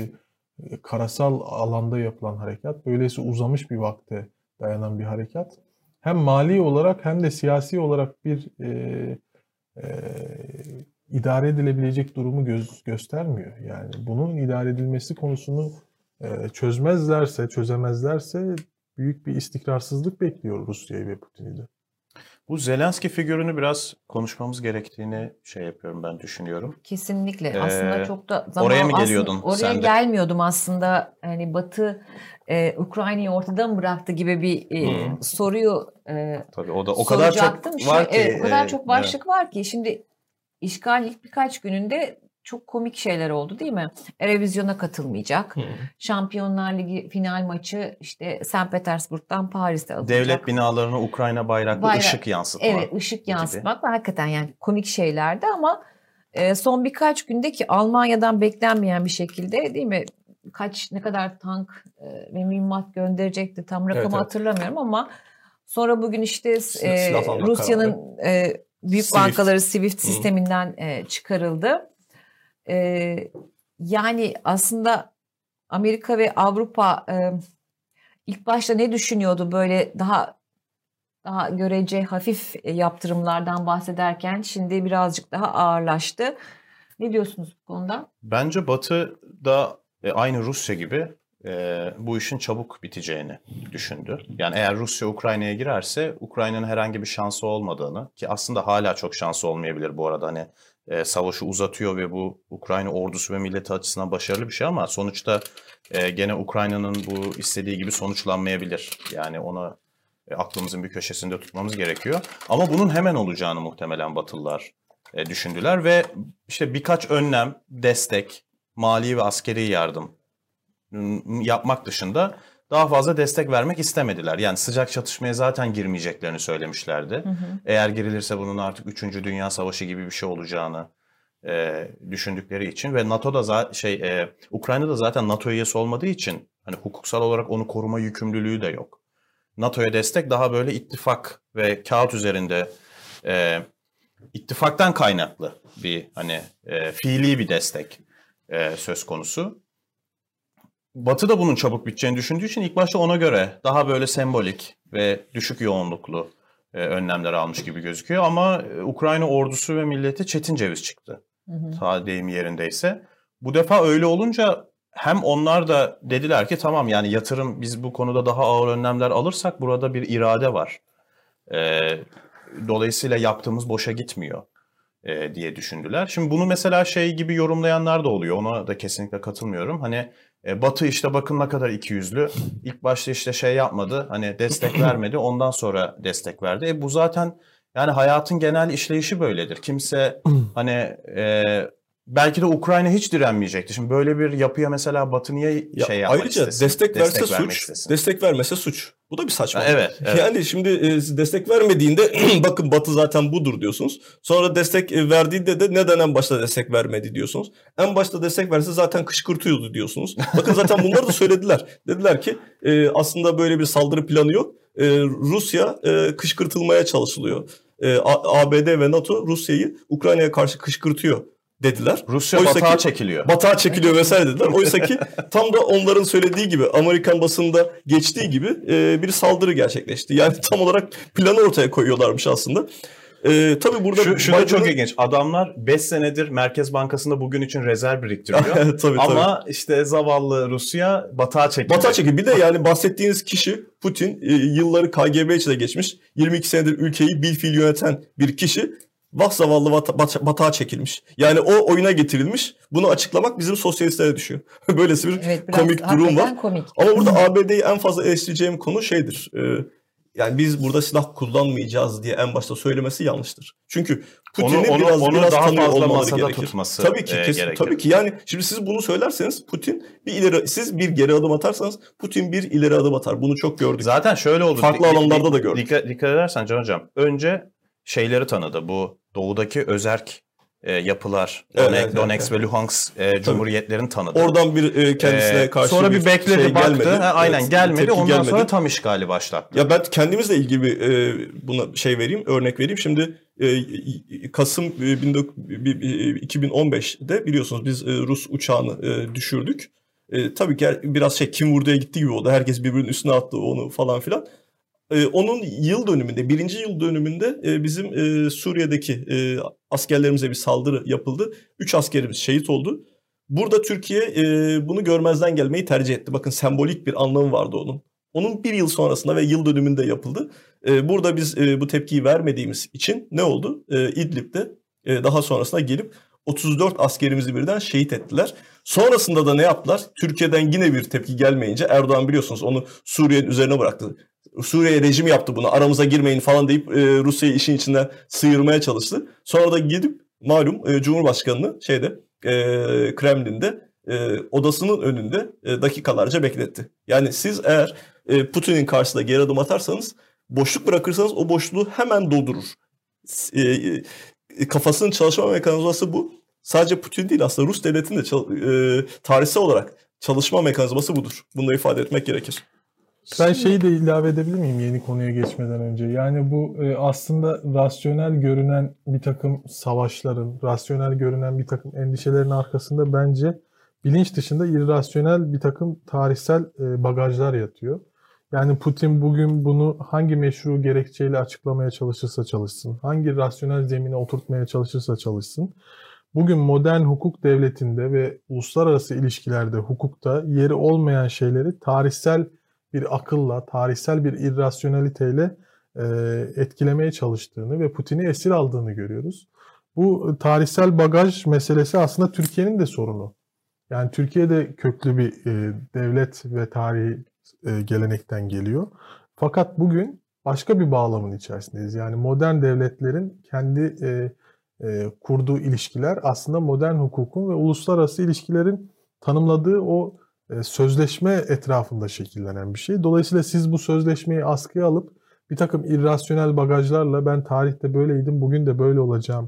karasal alanda yapılan harekat, böylesi uzamış bir vakte dayanan bir harekat, hem mali olarak hem de siyasi olarak bir idare edilebilecek durumu göstermiyor. Yani bunun idare edilmesi konusunu çözemezlerse büyük bir istikrarsızlık bekliyor Rusya'yı ve Putin'i de. Bu Zelenski figürünü biraz konuşmamız gerektiğini yapıyorum, ben düşünüyorum. kesinlikle aslında çok da zaman oraya mı aslında geliyordun oraya sen de? gelmiyordum aslında. Hani Batı Ukrayna'yı ortada mı bıraktı gibi bir soruyu Tabii o da o kadar çok soracaktım. var ki. Evet, o kadar çok başlık var ki. Şimdi işgal ilk birkaç gününde çok komik şeyler oldu değil mi? Eurovision'a katılmayacak. Şampiyonlar Ligi final maçı işte St. Petersburg'dan Paris'te alınacak. Devlet binalarına Ukrayna bayraklı ışık yansıtma. Evet, ışık yansıtmak ve hakikaten yani komik şeylerdi ama son birkaç günde ki Almanya'dan beklenmeyen bir şekilde değil mi? Ne kadar tank ve mühimmat gönderecekti tam rakamı hatırlamıyorum ama sonra bugün işte Rusya'nın büyük Swift. bankaları Swift sisteminden çıkarıldı. Yani aslında Amerika ve Avrupa ilk başta ne düşünüyordu böyle daha görece hafif yaptırımlardan bahsederken şimdi birazcık daha ağırlaştı. Ne diyorsunuz bu konuda? Bence Batı da aynı Rusya gibi bu işin çabuk biteceğini düşündü. Yani eğer Rusya Ukrayna'ya girerse Ukrayna'nın herhangi bir şansı olmadığını, ki aslında hala çok şansı olmayabilir bu arada, hani savaşı uzatıyor ve bu Ukrayna ordusu ve milleti açısından başarılı bir şey ama sonuçta gene Ukrayna'nın bu istediği gibi sonuçlanmayabilir. Yani onu aklımızın bir köşesinde tutmamız gerekiyor. Ama bunun hemen olacağını muhtemelen Batılılar düşündüler ve işte birkaç önlem, destek, mali ve askeri yardım yapmak dışında daha fazla destek vermek istemediler. Yani sıcak çatışmaya zaten girmeyeceklerini söylemişlerdi. Eğer girilirse bunun artık 3. Dünya Savaşı gibi bir şey olacağını düşündükleri için ve NATO'da Ukrayna'da zaten NATO üyesi olmadığı için hani hukuksal olarak onu koruma yükümlülüğü de yok. NATO'ya destek daha böyle ittifak ve kağıt üzerinde ittifaktan kaynaklı bir fiili bir destek söz konusu. Batı da bunun çabuk biteceğini düşündüğü için ilk başta ona göre daha böyle sembolik ve düşük yoğunluklu önlemler almış gibi gözüküyor. Ama Ukrayna ordusu ve milleti çetin ceviz çıktı. Ta deyim yerindeyse. Bu defa öyle olunca hem onlar da dediler ki tamam, yani yatırım, biz bu konuda daha ağır önlemler alırsak burada bir irade var. Dolayısıyla yaptığımız boşa gitmiyor diye düşündüler. Şimdi bunu mesela gibi yorumlayanlar da oluyor. Ona da kesinlikle katılmıyorum. Hani Batı işte bakın ne kadar ikiyüzlü. İlk başta işte şey yapmadı, hani destek vermedi, ondan sonra destek verdi. Bu zaten yani hayatın genel işleyişi böyledir. Kimse hani belki de Ukrayna hiç direnmeyecekti. Şimdi böyle bir yapıya mesela Batı niye şey yapmak ayrıca istesin? Destek verse vermek suç, istesin. destek vermese suç. Bu da bir saçmalık. Evet. Yani şimdi destek vermediğinde bakın Batı zaten budur diyorsunuz. Sonra destek verdiğinde de neden en başta destek vermedi diyorsunuz. En başta destek verse zaten kışkırtıyordu diyorsunuz. Bakın zaten bunları da söylediler. Dediler ki aslında böyle bir saldırı planı yok. Rusya kışkırtılmaya çalışılıyor. ABD ve NATO Rusya'yı Ukrayna'ya karşı kışkırtıyor dediler. Rusya batağa çekiliyor. Batağa çekiliyor vesaire dediler. Oysa ki tam da onların söylediği gibi, Amerikan basında geçtiği gibi bir saldırı gerçekleşti. Yani tam olarak planı ortaya koyuyorlarmış aslında. Tabii burada şu da çok ilginç. Adamlar 5 senedir Merkez Bankası'nda bugün için rezerv biriktiriyor. tabii, ama işte zavallı Rusya batağa çekiliyor. Batağa çekiliyor. Bir de yani bahsettiğiniz kişi Putin, yılları KGB içinde geçmiş. 22 senedir ülkeyi bilfiil yöneten bir kişi. Vah zavallı batağa çekilmiş. Yani o oyuna getirilmiş. Bunu açıklamak bizim sosyalistlere düşüyor. Böylesi bir komik durum var. Komik. Ama burada ABD'yi en fazla eleştireceğim konu şeydir. Yani biz burada silah kullanmayacağız diye en başta söylemesi yanlıştır. Çünkü Putin'i biraz daha tanıyor fazla olmaları masada gerekir. tutması Tabii ki, gerekir. tabii ki. Yani şimdi siz bunu söylerseniz Putin siz bir geri adım atarsanız Putin bir ileri adım atar. Bunu çok gördük. Zaten şöyle oldu. Farklı alanlarda da gördük. Dikkat edersen Can Hocam, önce şeyleri tanıdı. Bu doğudaki özerk yapılar, Donetsk ve Luhansk cumhuriyetlerini tanıdı. Oradan bir kendisine karşı sonra bir bekledi, şey baktı. gelmedi. Aynen gelmedi. Ondan gelmedi. sonra tam işgali başlattı. Ya ben kendimizle ilgili buna örnek vereyim. Şimdi Kasım 2015'de biliyorsunuz biz Rus uçağını düşürdük. Tabii ki biraz Kim vurduya gitti gibi oldu. Herkes birbirinin üstüne attı onu falan filan. Onun yıl dönümünde, 1. yıl dönümünde bizim Suriye'deki askerlerimize bir saldırı yapıldı. 3 askerimiz şehit oldu. Burada Türkiye bunu görmezden gelmeyi tercih etti. Bakın sembolik bir anlamı vardı onun. Onun 1 yıl sonrasında ve yıl dönümünde yapıldı. Burada biz bu tepkiyi vermediğimiz için ne oldu? İdlib'de daha sonrasında gelip 34 askerimizi birden şehit ettiler. Sonrasında da ne yaptılar? Türkiye'den yine bir tepki gelmeyince Erdoğan biliyorsunuz onu Suriye'nin üzerine bıraktı. Suriye rejimi yaptı bunu, aramıza girmeyin falan deyip Rusya'yı işin içinden sıyırmaya çalıştı. Sonra da gidip malum Cumhurbaşkanı'nı Kremlin'de odasının önünde dakikalarca bekletti. Yani siz eğer Putin'in karşısında geri adım atarsanız, boşluk bırakırsanız o boşluğu hemen doldurur. Kafasının çalışma mekanizması bu. Sadece Putin değil, aslında Rus devletinin de tarihsel olarak çalışma mekanizması budur. Bunu da ifade etmek gerekir. Ben şeyi de ilave edebilir miyim yeni konuya geçmeden önce? Yani bu aslında rasyonel görünen bir takım savaşların, rasyonel görünen bir takım endişelerin arkasında bence bilinç dışında irrasyonel bir takım tarihsel bagajlar yatıyor. Yani Putin bugün bunu hangi meşru gerekçeyle açıklamaya çalışırsa çalışsın, hangi rasyonel zemine oturtmaya çalışırsa çalışsın, bugün modern hukuk devletinde ve uluslararası ilişkilerde, hukukta yeri olmayan şeyleri tarihsel bir akılla, tarihsel bir irrasyoneliteyle etkilemeye çalıştığını ve Putin'i esir aldığını görüyoruz. Bu tarihsel bagaj meselesi aslında Türkiye'nin de sorunu. Yani Türkiye'de köklü bir devlet ve tarihi gelenekten geliyor. Fakat bugün başka bir bağlamın içerisindeyiz. Yani modern devletlerin kendi kurduğu ilişkiler aslında modern hukukun ve uluslararası ilişkilerin tanımladığı o sözleşme etrafında şekillenen bir şey. Dolayısıyla siz bu sözleşmeyi askıya alıp bir takım irrasyonel bagajlarla ben tarihte böyleydim, bugün de böyle olacağım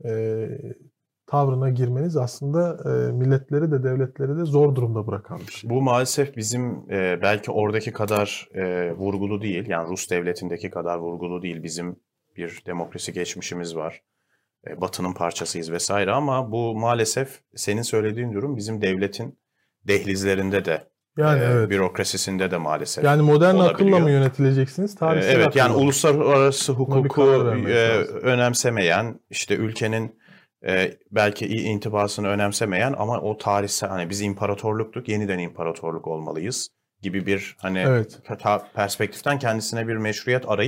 tavrına girmeniz aslında milletleri de devletleri de zor durumda bırakan bir şey. Bu maalesef bizim belki oradaki kadar vurgulu değil. Yani Rus devletindeki kadar vurgulu değil. Bizim bir demokrasi geçmişimiz var. Batı'nın parçasıyız vesaire ama bu maalesef senin söylediğin durum bizim devletin dehlizlerinde de yani evet. Bürokrasisinde de maalesef. Yani modern akılla mı yönetileceksiniz? Tarihsel evet yani uluslararası hukuku önemsemeyen, işte ülkenin belki iyi intibasını önemsemeyen ama o tarihsel hani biz imparatorluktuk, yeniden imparatorluk olmalıyız gibi bir hani perspektiften kendisine bir meşruiyet arayıp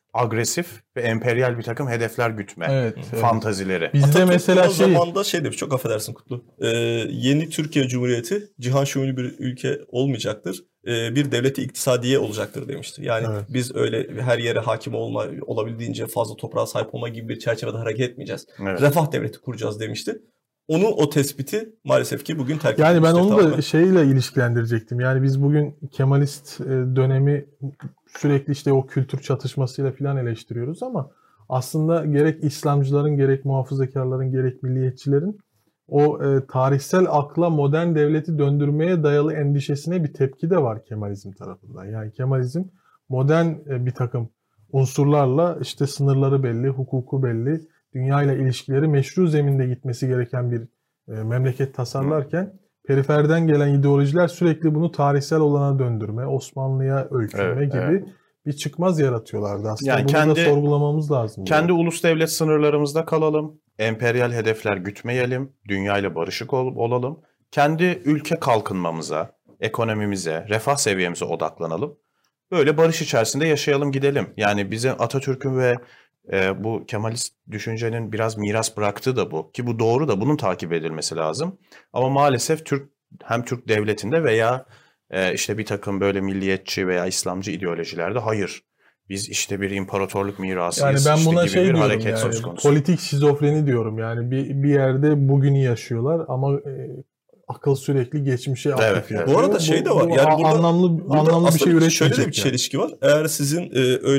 agresif ve emperyal bir takım hedefler gütme Evet. fantazileri. Bizde Atatürk mesela o zamanda şey demiş, çok affedersin Kutlu. Yeni Türkiye Cumhuriyeti cihan şumulu bir ülke olmayacaktır. Bir devleti iktisadiye olacaktır demişti. Yani Evet. biz öyle her yere hakim olabildiğince fazla toprağa sahip olma gibi bir çerçevede hareket etmeyeceğiz. Evet. Refah devleti kuracağız demişti. O tespiti maalesef ki bugün terk Yani ben edilmiştir onu da tamamen. şeyle ilişkilendirecektim. Yani biz bugün Kemalist dönemi sürekli işte o kültür çatışmasıyla falan eleştiriyoruz ama aslında gerek İslamcıların, gerek muhafazakarların, gerek milliyetçilerin o tarihsel akla modern devleti döndürmeye dayalı endişesine bir tepki de var Kemalizm tarafından. Yani Kemalizm modern bir takım unsurlarla işte sınırları belli, hukuku belli, dünyayla ilişkileri meşru zeminde gitmesi gereken bir memleket tasarlarken periferden gelen ideolojiler sürekli bunu tarihsel olana döndürme, Osmanlı'ya öykünme Evet, gibi evet. bir çıkmaz yaratıyorlardı. Aslında Yani bunu da sorgulamamız lazım. Kendi ulus devlet sınırlarımızda kalalım. Emperyal hedefler gütmeyelim. Dünyayla barışık olalım. Kendi ülke kalkınmamıza, ekonomimize, refah seviyemize odaklanalım. Böyle barış içerisinde yaşayalım, gidelim. Yani bizim Atatürk'ün ve bu Kemalist düşüncenin biraz miras bıraktığı da bu. Ki bu doğru da bunun takip edilmesi lazım. Ama maalesef hem Türk devletinde veya işte bir takım böyle milliyetçi veya İslamcı ideolojilerde hayır. Biz işte bir imparatorluk mirasıyız. Yani ben işte buna gibi şey bir diyorum, hareket söz yani konusu. politik şizofreni diyorum. Yani bir yerde bugünü yaşıyorlar ama akıl sürekli geçmişe atıf Evet, yapıyor. evet. Bu arada şey de var. Yani burada anlamlı bir aslında şey şöyle de bir üretmeyecekler. çelişki var. Eğer sizin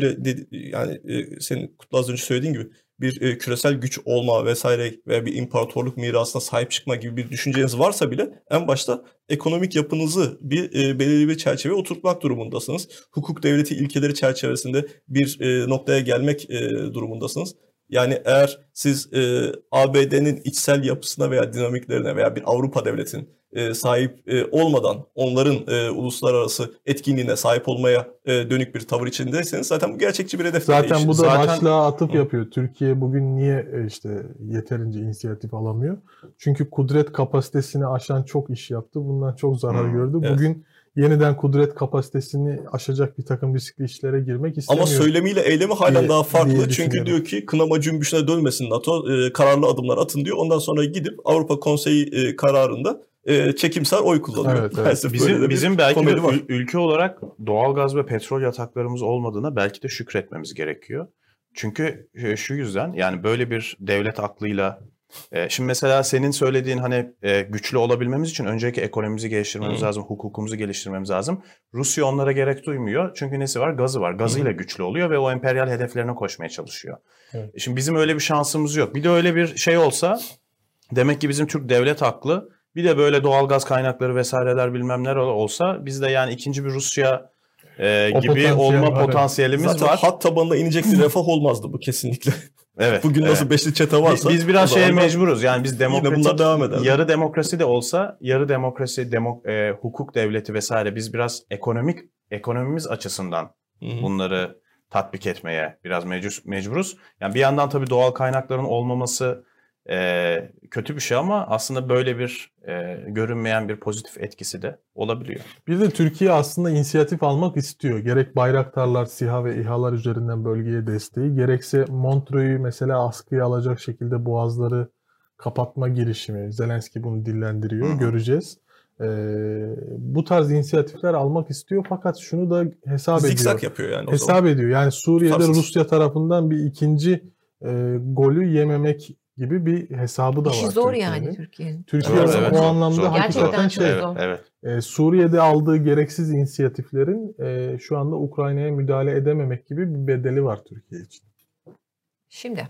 senin Kutlu az önce söylediğin gibi bir küresel güç olma vesaire veya bir imparatorluk mirasına sahip çıkma gibi bir düşünceniz varsa bile en başta ekonomik yapınızı belirli bir çerçeveye oturtmak durumundasınız. Hukuk devleti ilkeleri çerçevesinde bir noktaya gelmek durumundasınız. Yani eğer siz ABD'nin içsel yapısına veya dinamiklerine veya bir Avrupa devletinin sahip olmadan onların uluslararası etkinliğine sahip olmaya dönük bir tavır içindeyseniz zaten bu gerçekçi bir hedef Zaten değil. bu da Zaten- başlığa atıp yapıyor. Türkiye bugün niye işte yeterince inisiyatif alamıyor? Çünkü kudret kapasitesini aşan çok iş yaptı. Bundan çok zarar gördü. evet. Bugün yeniden kudret kapasitesini aşacak bir takım riskli işlere girmek istemiyor. Ama söylemiyle eylemi halen daha diye farklı. Çünkü düşünüyorum. diyor ki kınama cümbüşüne dönmesin NATO, kararlı adımlar atın diyor. Ondan sonra gidip Avrupa Konseyi kararında çekimsel oy kullanıyor. Evet, evet. Maalesef böyle de bir Bizim belki de komedi var. ülke olarak doğal gaz ve petrol yataklarımız olmadığına belki de şükretmemiz gerekiyor. Çünkü şu yüzden, yani böyle bir devlet aklıyla şimdi mesela senin söylediğin hani güçlü olabilmemiz için öncelikle ekonomimizi geliştirmemiz lazım, hukukumuzu geliştirmemiz lazım. Rusya onlara gerek duymuyor. Çünkü nesi var? Gazı var. Gazıyla güçlü oluyor ve o emperyal hedeflerine koşmaya çalışıyor. Evet. Şimdi bizim öyle bir şansımız yok. Bir de öyle bir şey olsa demek ki bizim Türk devlet aklı, bir de böyle doğal gaz kaynakları vesaireler bilmem neler olsa bizde yani ikinci bir Rusya gibi potansiyel olma var, potansiyelimiz Zaten var. hat tabanına inecek bir refah olmazdı bu kesinlikle. Evet. Bugün nasıl evet. beşli çete varsa. Biz biraz o şeye zaman mecburuz. Yani biz bunlar demokratik, devam eder. yarı demokrasi de olsa, yarı demokrasi, hukuk devleti vesaire, biz biraz ekonomimiz açısından bunları tatbik etmeye biraz mecburuz. Yani bir yandan tabii doğal kaynakların olmaması kötü bir şey ama aslında böyle bir görünmeyen bir pozitif etkisi de olabiliyor. Bir de Türkiye aslında inisiyatif almak istiyor. Gerek Bayraktarlar, SİHA ve İHA'lar üzerinden bölgeye desteği, gerekse Montreux'u mesela askıya alacak şekilde boğazları kapatma girişimi. Zelenski bunu dillendiriyor. Göreceğiz. Bu tarz inisiyatifler almak istiyor fakat şunu da hesap ediyor. Zikzak yapıyor yani o Hesap zaman. ediyor. Yani Suriye'de Tutarsız. Rusya tarafından bir ikinci golü yememek gibi bir hesabı da var. İşi zor Türkiye'nin. yani Türkiye'nin. Türkiye Evet, o evet, anlamda zor. hakikaten Gerçekten çok Evet, zor. evet. Suriye'de aldığı gereksiz inisiyatiflerin şu anda Ukrayna'ya müdahale edememek gibi bir bedeli var Türkiye için. Şimdi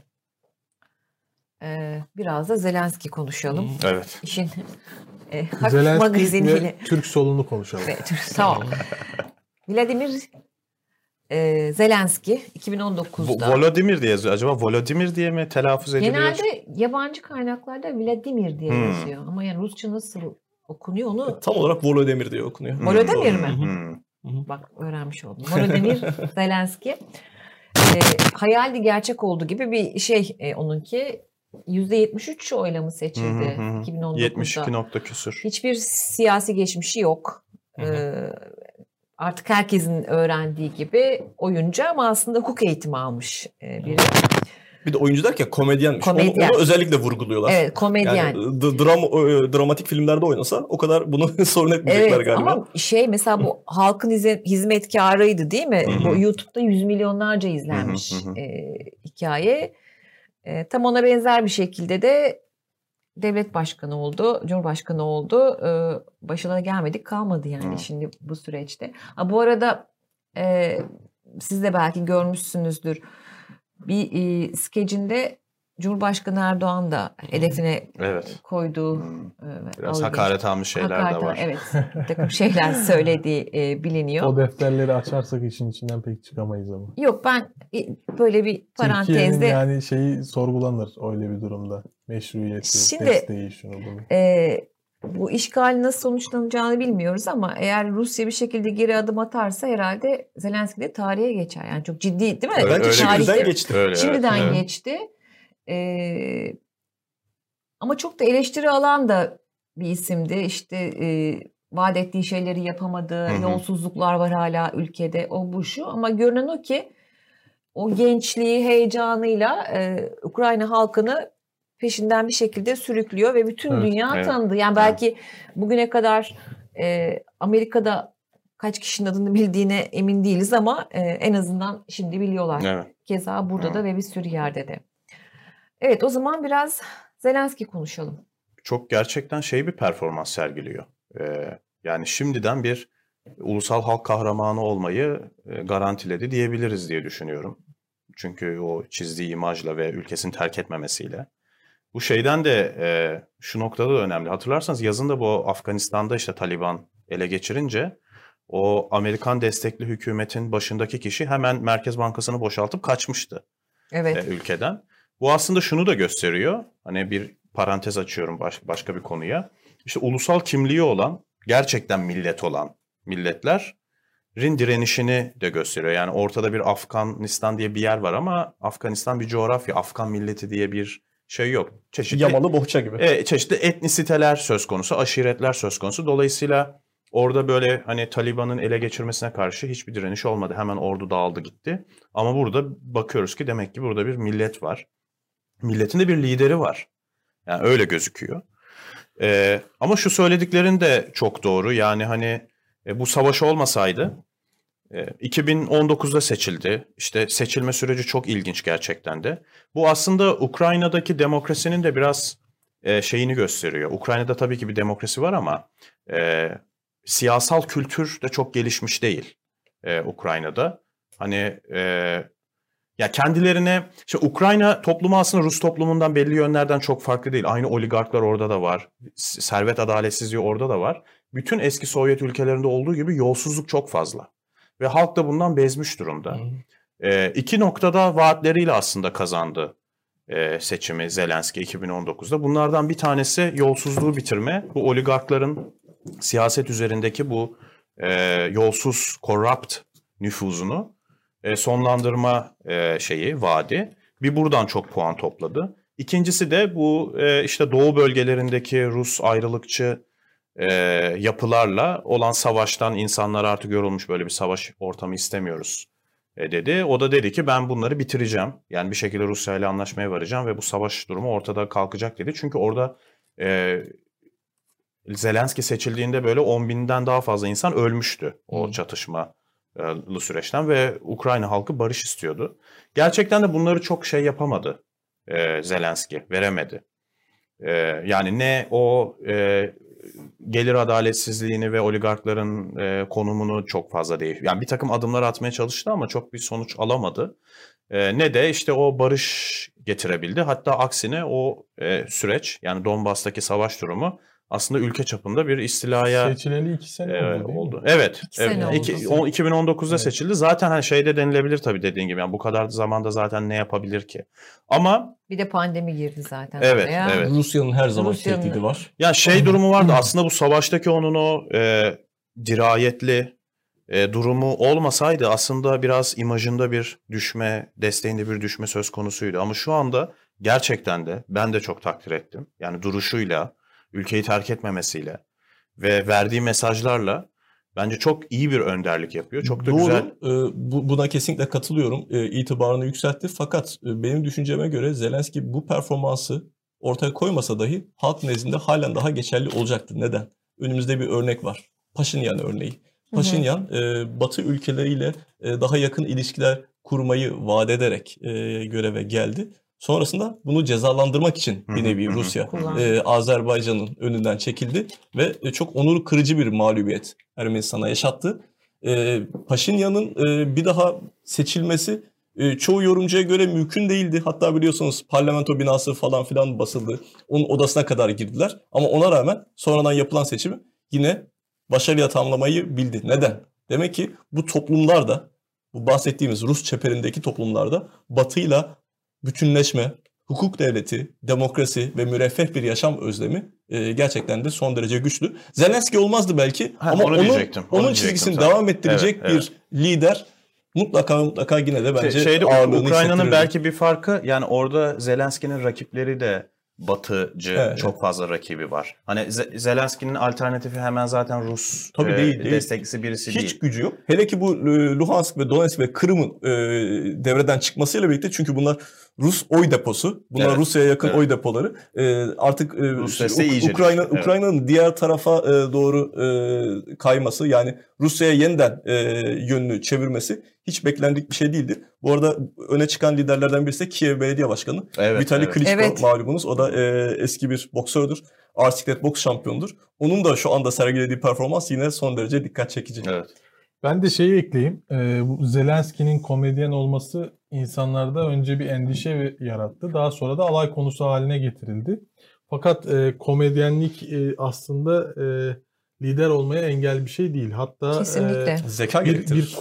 biraz da Zelenski konuşalım. Evet. İşin hafif Zelenski magaziniyle. ve Türk solunu konuşalım. Tamam. Vladimir Zelenski 2019'da. Volodymyr diye yazıyor. Acaba Volodymyr diye mi telaffuz ediliyor? Genelde yabancı kaynaklarda Vladimir diye yazıyor. Ama yani Rusça nasıl okunuyor onu... Tam olarak Volodymyr diye okunuyor. Volodymyr mi? Hmm. Bak öğrenmiş oldum. Volodymyr Zelenski. Hayaldi gerçek oldu gibi bir şey onunki. %73 oyla mı seçildi 2019'da? 72 nokta küsür. Hiçbir siyasi geçmişi yok. artık herkesin öğrendiği gibi oyuncu ama aslında hukuk eğitimi almış biri. Bir de oyuncu derken komedyenmiş. Komedyen. Onu özellikle vurguluyorlar. Evet, komedyen. Yani dramatik filmlerde oynasa o kadar bunu sorun etmeyecekler Evet, galiba. ama mesela bu halkın hizmetkarıydı değil mi? Hı hı. Bu YouTube'da 100 milyonlarca izlenmiş hikaye. Tam ona benzer bir şekilde de devlet başkanı oldu, cumhurbaşkanı oldu. Başına gelmedik kalmadı yani şimdi bu süreçte. Bu arada siz de belki görmüşsünüzdür. Bir skecinde Cumhurbaşkanı Erdoğan da hedefine koyduğu biraz hakaret almış şeyler de var. Evet, bir takım şeyler söylediği biliniyor. O defterleri açarsak işin içinden pek çıkamayız ama. Yok, ben böyle bir parantezde... Türkiye'nin yani şeyi sorgulanır öyle bir durumda. Meşruiyeti, şimdi, desteği, şunu bunu. Bu işgalin nasıl sonuçlanacağını bilmiyoruz ama eğer Rusya bir şekilde geri adım atarsa herhalde Zelenski de tarihe geçer. Yani çok ciddi değil mi? Bence şimdiden geçti. Şimdiden geçti. Ama çok da eleştiri alan da bir isimdi. İşte vaat ettiği şeyleri yapamadı. Yolsuzluklar var hala ülkede. O bu şu. Ama görünen o ki o gençliği, heyecanıyla Ukrayna halkını peşinden bir şekilde sürüklüyor ve bütün dünya tanıdı. Yani belki bugüne kadar Amerika'da kaç kişinin adını bildiğine emin değiliz ama en azından şimdi biliyorlar. Evet. Keza burada da ve bir sürü yerde de. Evet, o zaman biraz Zelenski konuşalım. Çok gerçekten bir performans sergiliyor. Yani şimdiden bir ulusal halk kahramanı olmayı garantiledi diyebiliriz diye düşünüyorum. Çünkü o çizdiği imajla ve ülkesini terk etmemesiyle. Bu şeyden de şu noktada da önemli. Hatırlarsanız yazında bu Afganistan'da işte Taliban ele geçirince o Amerikan destekli hükümetin başındaki kişi hemen Merkez Bankası'nı boşaltıp kaçmıştı ülkeden. Bu aslında şunu da gösteriyor. Hani bir parantez açıyorum başka bir konuya. İşte ulusal kimliği olan, gerçekten millet olan milletlerin direnişini de gösteriyor. Yani ortada bir Afganistan diye bir yer var ama Afganistan bir coğrafya, Afgan milleti diye bir şey yok. Çeşitli yamalı bohça gibi. Çeşitli etnisiteler söz konusu, aşiretler söz konusu. Dolayısıyla orada böyle hani Taliban'ın ele geçirmesine karşı hiçbir direniş olmadı. Hemen ordu dağıldı gitti. Ama burada bakıyoruz ki demek ki burada bir millet var. Milletin de bir lideri var. Yani öyle gözüküyor. Ama şu söylediklerin de çok doğru. Yani hani bu savaş olmasaydı 2019'da seçildi. İşte seçilme süreci çok ilginç gerçekten de. Bu aslında Ukrayna'daki demokrasinin de biraz şeyini gösteriyor. Ukrayna'da tabii ki bir demokrasi var ama siyasal kültür de çok gelişmiş değil Ukrayna'da. Hani ya kendilerine Ukrayna toplumu aslında Rus toplumundan belli yönlerden çok farklı değil. Aynı oligarklar orada da var. Servet adaletsizliği orada da var. Bütün eski Sovyet ülkelerinde olduğu gibi yolsuzluk çok fazla. Ve halk da bundan bezmiş durumda. İki noktada vaatleriyle aslında kazandı seçimi Zelenski 2019'da. Bunlardan bir tanesi yolsuzluğu bitirme. Bu oligarkların siyaset üzerindeki bu yolsuz, corrupt nüfuzunu sonlandırma vaadi. Bir buradan çok puan topladı. İkincisi de bu işte Doğu bölgelerindeki Rus ayrılıkçı yapılarla olan savaştan insanlar artık yorulmuş, böyle bir savaş ortamı istemiyoruz dedi. O da dedi ki ben bunları bitireceğim. Yani bir şekilde Rusya ile anlaşmaya varacağım ve bu savaş durumu ortada kalkacak dedi. Çünkü orada Zelenski seçildiğinde böyle 10.000'den daha fazla insan ölmüştü o çatışmalı süreçten ve Ukrayna halkı barış istiyordu. Gerçekten de bunları çok yapamadı Zelenski, veremedi. Yani ne o gelir adaletsizliğini ve oligarkların konumunu çok fazla değil. Yani bir takım adımlar atmaya çalıştı ama çok bir sonuç alamadı. Ne de işte o barış getirebildi. Hatta aksine o süreç, yani Donbas'taki savaş durumu aslında ülke çapında bir istilaya seçileli 2 sene oldu. Evet. 2 sene oldu. 2019'da seçildi. Zaten hani şeyde denilebilir tabii dediğin gibi. Yani bu kadar zamanda zaten ne yapabilir ki? Ama bir de pandemi girdi zaten. Evet. Rusya'nın her zaman tehdidi var. Ya durumu vardı. Aslında bu savaştaki onun o dirayetli durumu olmasaydı aslında biraz imajında bir düşme, desteğinde bir düşme söz konusuydu. Ama şu anda gerçekten de ben de çok takdir ettim. Yani duruşuyla, ülkeyi terk etmemesiyle ve verdiği mesajlarla Bence çok iyi bir önderlik yapıyor. Çok da Doğru. güzel. Buna kesinlikle katılıyorum. İtibarını yükseltti. Fakat benim düşünceme göre Zelenski bu performansı ortaya koymasa dahi halk nezdinde halen daha geçerli olacaktır. Neden? Önümüzde bir örnek var. Paşinyan örneği. Paşinyan Batı ülkeleriyle daha yakın ilişkiler kurmayı vaat ederek göreve geldi. Sonrasında bunu cezalandırmak için bir nevi Rusya Azerbaycan'ın önünden çekildi ve çok onur kırıcı bir mağlubiyet Ermenistan'a yaşattı. Paşinyan'ın bir daha seçilmesi çoğu yorumcuya göre mümkün değildi. Hatta biliyorsunuz parlamento binası falan filan basıldı. Onun odasına kadar girdiler. Ama ona rağmen sonradan yapılan seçimi yine başarıyla tamamlamayı bildi. Neden? Demek ki bu toplumlarda, bu bahsettiğimiz Rus çeperindeki toplumlarda Batı'yla bütünleşme, hukuk devleti, demokrasi ve müreffeh bir yaşam özlemi gerçekten de son derece güçlü. Zelenski olmazdı belki ama onun çizgisini devam ettirecek bir lider mutlaka yine de bence ağırlığını Ukrayna'nın belki bir farkı, yani orada Zelenski'nin rakipleri de Batıcı, çok fazla rakibi var. Hani Zelenski'nin alternatifi hemen zaten Rus desteklisi birisi değil. Hiç gücü yok. Hele ki bu Luhansk ve Donetsk ve Kırım'ın devreden çıkmasıyla birlikte, çünkü bunlar Rus oy deposu. Bunlar Rusya'ya yakın oy depoları. Artık Ukrayna'nın diğer tarafa doğru kayması, yani Rusya'ya yeniden yönünü çevirmesi hiç beklendik bir şey değildi. Bu arada öne çıkan liderlerden birisi de Kiev Belediye Başkanı. Vitali Klitschko malumunuz. O da eski bir boksördür. Ağır siklet boks şampiyonudur. Onun da şu anda sergilediği performans yine son derece dikkat çekici. Evet. Ben de şeyi ekleyeyim. Zelenski'nin komedyen olması insanlarda önce bir endişe yarattı. Daha sonra da alay konusu haline getirildi. Fakat komedyenlik aslında lider olmaya engel bir şey değil. Hatta zeka gerektirir.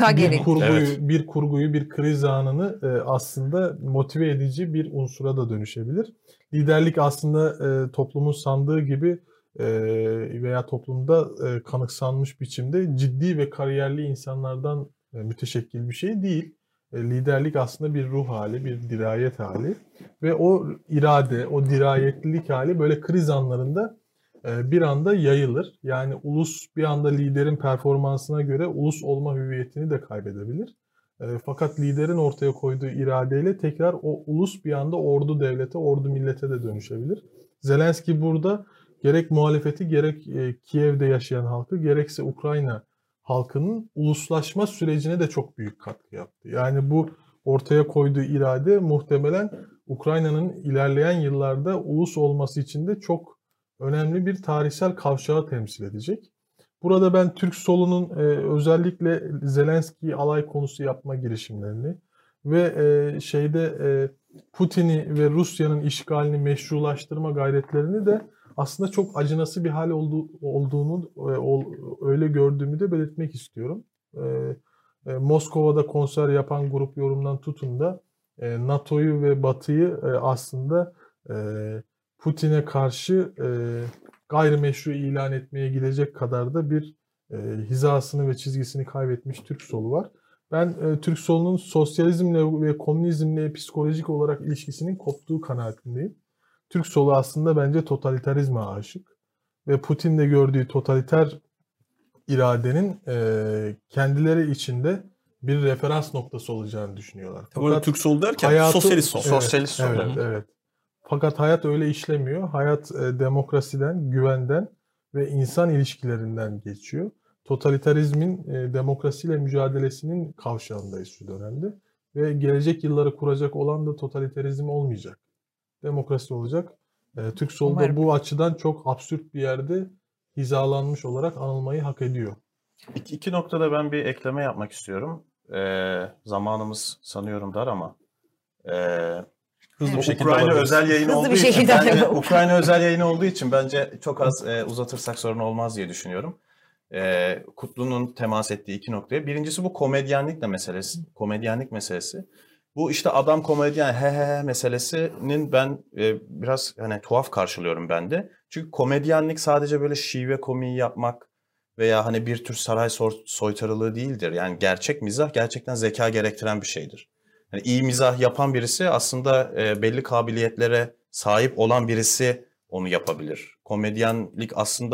Bir kurguyu, bir kriz anını aslında motive edici bir unsura da dönüşebilir. Liderlik aslında toplumun sandığı gibi veya toplumda kanıksanmış biçimde ciddi ve kariyerli insanlardan müteşekkil bir şey değil. Liderlik aslında bir ruh hali, bir dirayet hali ve o irade, o dirayetlilik hali böyle kriz anlarında bir anda yayılır. Yani ulus bir anda liderin performansına göre ulus olma hüviyetini de kaybedebilir. Fakat liderin ortaya koyduğu iradeyle tekrar o ulus bir anda ordu devlete, ordu millete de dönüşebilir. Zelenski burada gerek muhalefeti, gerek Kiev'de yaşayan halkı, gerekse Ukrayna halkının uluslaşma sürecine de çok büyük katkı yaptı. Yani bu ortaya koyduğu irade muhtemelen Ukrayna'nın ilerleyen yıllarda ulus olması için de çok önemli bir tarihsel kavşağı temsil edecek. Burada ben Türk solunun özellikle Zelenski'yi alay konusu yapma girişimlerini ve Putin'i ve Rusya'nın işgalini meşrulaştırma gayretlerini de aslında çok acınası bir hal olduğunu öyle gördüğümü de belirtmek istiyorum. Moskova'da konser yapan grup yorumdan tutun da NATO'yu ve Batı'yı aslında Putin'e karşı gayrimeşru ilan etmeye gidecek kadar da bir hizasını ve çizgisini kaybetmiş Türk solu var. Ben Türk solunun sosyalizmle ve komünizmle psikolojik olarak ilişkisinin koptuğu kanaatindeyim. Türk solu aslında bence totalitarizme aşık ve Putin'de gördüğü totaliter iradenin kendileri içinde bir referans noktası olacağını düşünüyorlar. Fakat Türk solu derken sosyalist sol. Sosyalist sol. Evet. Fakat hayat öyle işlemiyor. Hayat demokrasiden, güvenden ve insan ilişkilerinden geçiyor. Totalitarizmin demokrasiyle mücadelesinin kavşağındayız şu dönemde. Ve gelecek yılları kuracak olan da totalitarizm olmayacak. Demokrasi olacak. Türk solu da bu açıdan çok absürt bir yerde hizalanmış olarak anılmayı hak ediyor. İki noktada ben bir ekleme yapmak istiyorum. Zamanımız sanıyorum dar ama hızlı bir şekilde Ukrayna özel yayını Ukrayna özel yayını olduğu için bence çok az uzatırsak sorun olmaz diye düşünüyorum. Kutlu'nun temas ettiği iki noktaya. Birincisi bu komedyenlik meselesi. Bu işte adam komedyen he meselesinin ben biraz hani tuhaf karşılıyorum ben de. Çünkü komedyenlik sadece böyle şive komiği yapmak veya hani bir tür saray soytarılığı değildir. Yani gerçek mizah gerçekten zeka gerektiren bir şeydir. Yani iyi mizah yapan birisi aslında belli kabiliyetlere sahip olan birisi onu yapabilir. Komedyenlik aslında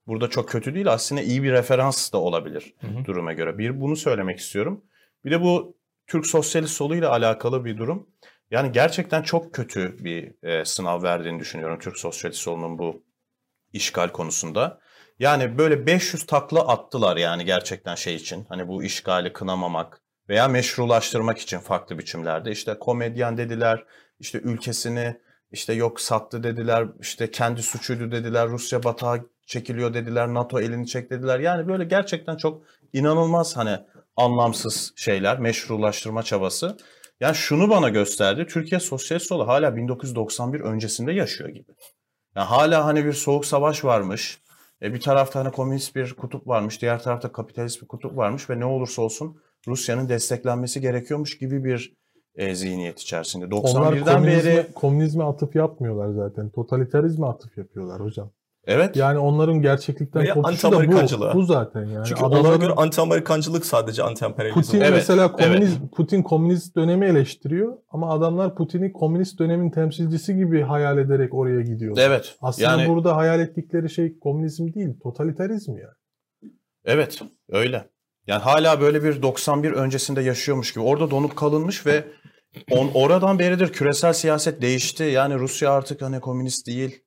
burada çok kötü değil. Aslında iyi bir referans da olabilir Hı hı. duruma göre. Bir bunu söylemek istiyorum. Bir de bu Türk Sosyalist Solu'yla alakalı bir durum. Yani gerçekten çok kötü bir sınav verdiğini düşünüyorum Türk Sosyalist Solu'nun bu işgal konusunda. Yani böyle 500 takla attılar yani gerçekten şey için. Hani bu işgali kınamamak veya meşrulaştırmak için farklı biçimlerde. İşte komedyen dediler, işte ülkesini işte yok sattı dediler, işte kendi suçuydu dediler, Rusya batağa çekiliyor dediler, NATO elini çek dediler. Yani böyle gerçekten çok inanılmaz hani anlamsız şeyler, meşrulaştırma çabası. Yani şunu bana gösterdi, Türkiye Sosyalist Solu hala 1991 öncesinde yaşıyor gibi. Yani hala hani bir soğuk savaş varmış. Bir tarafta hani komünist bir kutup varmış, diğer tarafta kapitalist bir kutup varmış ve ne olursa olsun Rusya'nın desteklenmesi gerekiyormuş gibi bir zihniyet içerisinde. Onlar 91'den beri komünizme atıf yapmıyorlar zaten. Totalitarizme atıf yapıyorlar hocam. evet. Yani onların gerçeklikten Veya kopuşu da anti-Amerikancılığa. bu zaten yani. Çünkü onlara göre anti-Amerikancılık sadece anti-emperyalizm. Putin Evet, mesela evet. Putin komünist dönemi eleştiriyor ama adamlar Putin'i komünist dönemin temsilcisi gibi hayal ederek oraya gidiyorlar. Evet. Aslında Yani burada hayal ettikleri şey komünizm değil, totalitarizm yani. evet, öyle. Yani hala böyle bir 91 öncesinde yaşıyormuş gibi. Orada donup kalınmış ve oradan beridir küresel siyaset değişti. Yani Rusya artık hani komünist değil.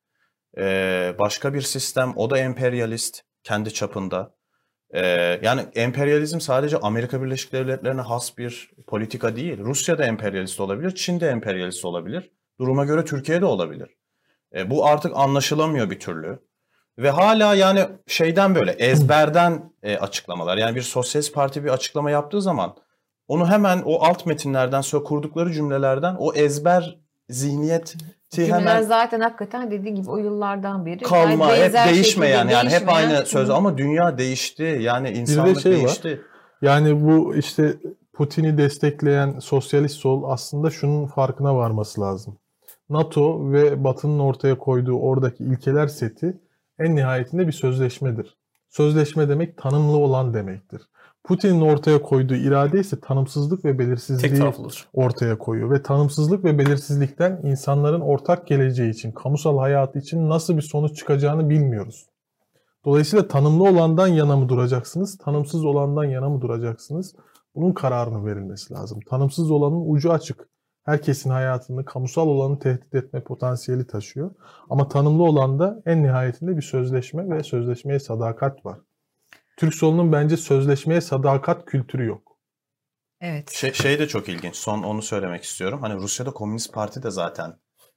Başka bir sistem. O da emperyalist kendi çapında. Yani emperyalizm sadece Amerika Birleşik Devletleri'ne has bir politika değil. Rusya da emperyalist olabilir, Çin de emperyalist olabilir. Duruma göre Türkiye de olabilir. Bu artık anlaşılamıyor bir türlü. Ve hala yani şeyden böyle ezberden açıklamalar. Yani bir sosyalist parti bir açıklama yaptığı zaman onu hemen o alt metinlerden sonra kurdukları cümlelerden o ezber zihniyeti Cümleler hemen zaten hakikaten dediği gibi o yıllardan beri kalma, gayet hep benzer değişmeyen şekilde yani hep değişmeyen. aynı söz ama dünya değişti. Yani insanlık şey var. değişti. Yani bu işte Putin'i destekleyen sosyalist sol aslında şunun farkına varması lazım. NATO ve Batı'nın ortaya koyduğu oradaki ilkeler seti en nihayetinde bir sözleşmedir. Sözleşme demek tanımlı olan demektir. Putin'in ortaya koyduğu irade ise tanımsızlık ve Tek belirsizliği taraflıdır. ortaya koyuyor. Ve tanımsızlık ve belirsizlikten insanların ortak geleceği için, kamusal hayatı için nasıl bir sonuç çıkacağını bilmiyoruz. Dolayısıyla tanımlı olandan yana mı duracaksınız, tanımsız olandan yana mı duracaksınız? Bunun kararının verilmesi lazım. Tanımsız olanın ucu açık. Herkesin hayatını, kamusal olanı tehdit etme potansiyeli taşıyor. Ama tanımlı olan da en nihayetinde bir sözleşme ve sözleşmeye sadakat var. Türk solunun bence sözleşmeye sadakat kültürü yok. Evet. Şey de çok ilginç. Son onu söylemek istiyorum. Hani Rusya'da Komünist Parti de zaten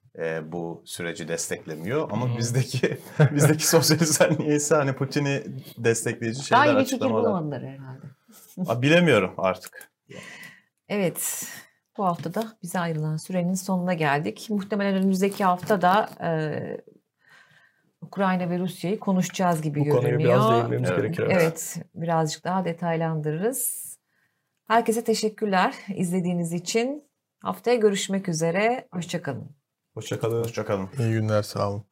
bu süreci desteklemiyor. Ama bizdeki sosyalistler niyeyse hani Putin'i destekleyici Daha şeyler iyi bir fikir açıklamalar. bulamadılar herhalde. Bilemiyorum artık. Evet. Bu hafta da bize ayrılan sürenin sonuna geldik. Muhtemelen önümüzdeki hafta da Ukrayna ve Rusya'yı konuşacağız gibi Bu konuya görünüyor. biraz değinmemiz Evet. gerekir. Evet, birazcık daha detaylandırırız. Herkese teşekkürler izlediğiniz için. Haftaya görüşmek üzere. Hoşça kalın. Hoşça kalın. Hoşça kalın. İyi günler, sağ olun.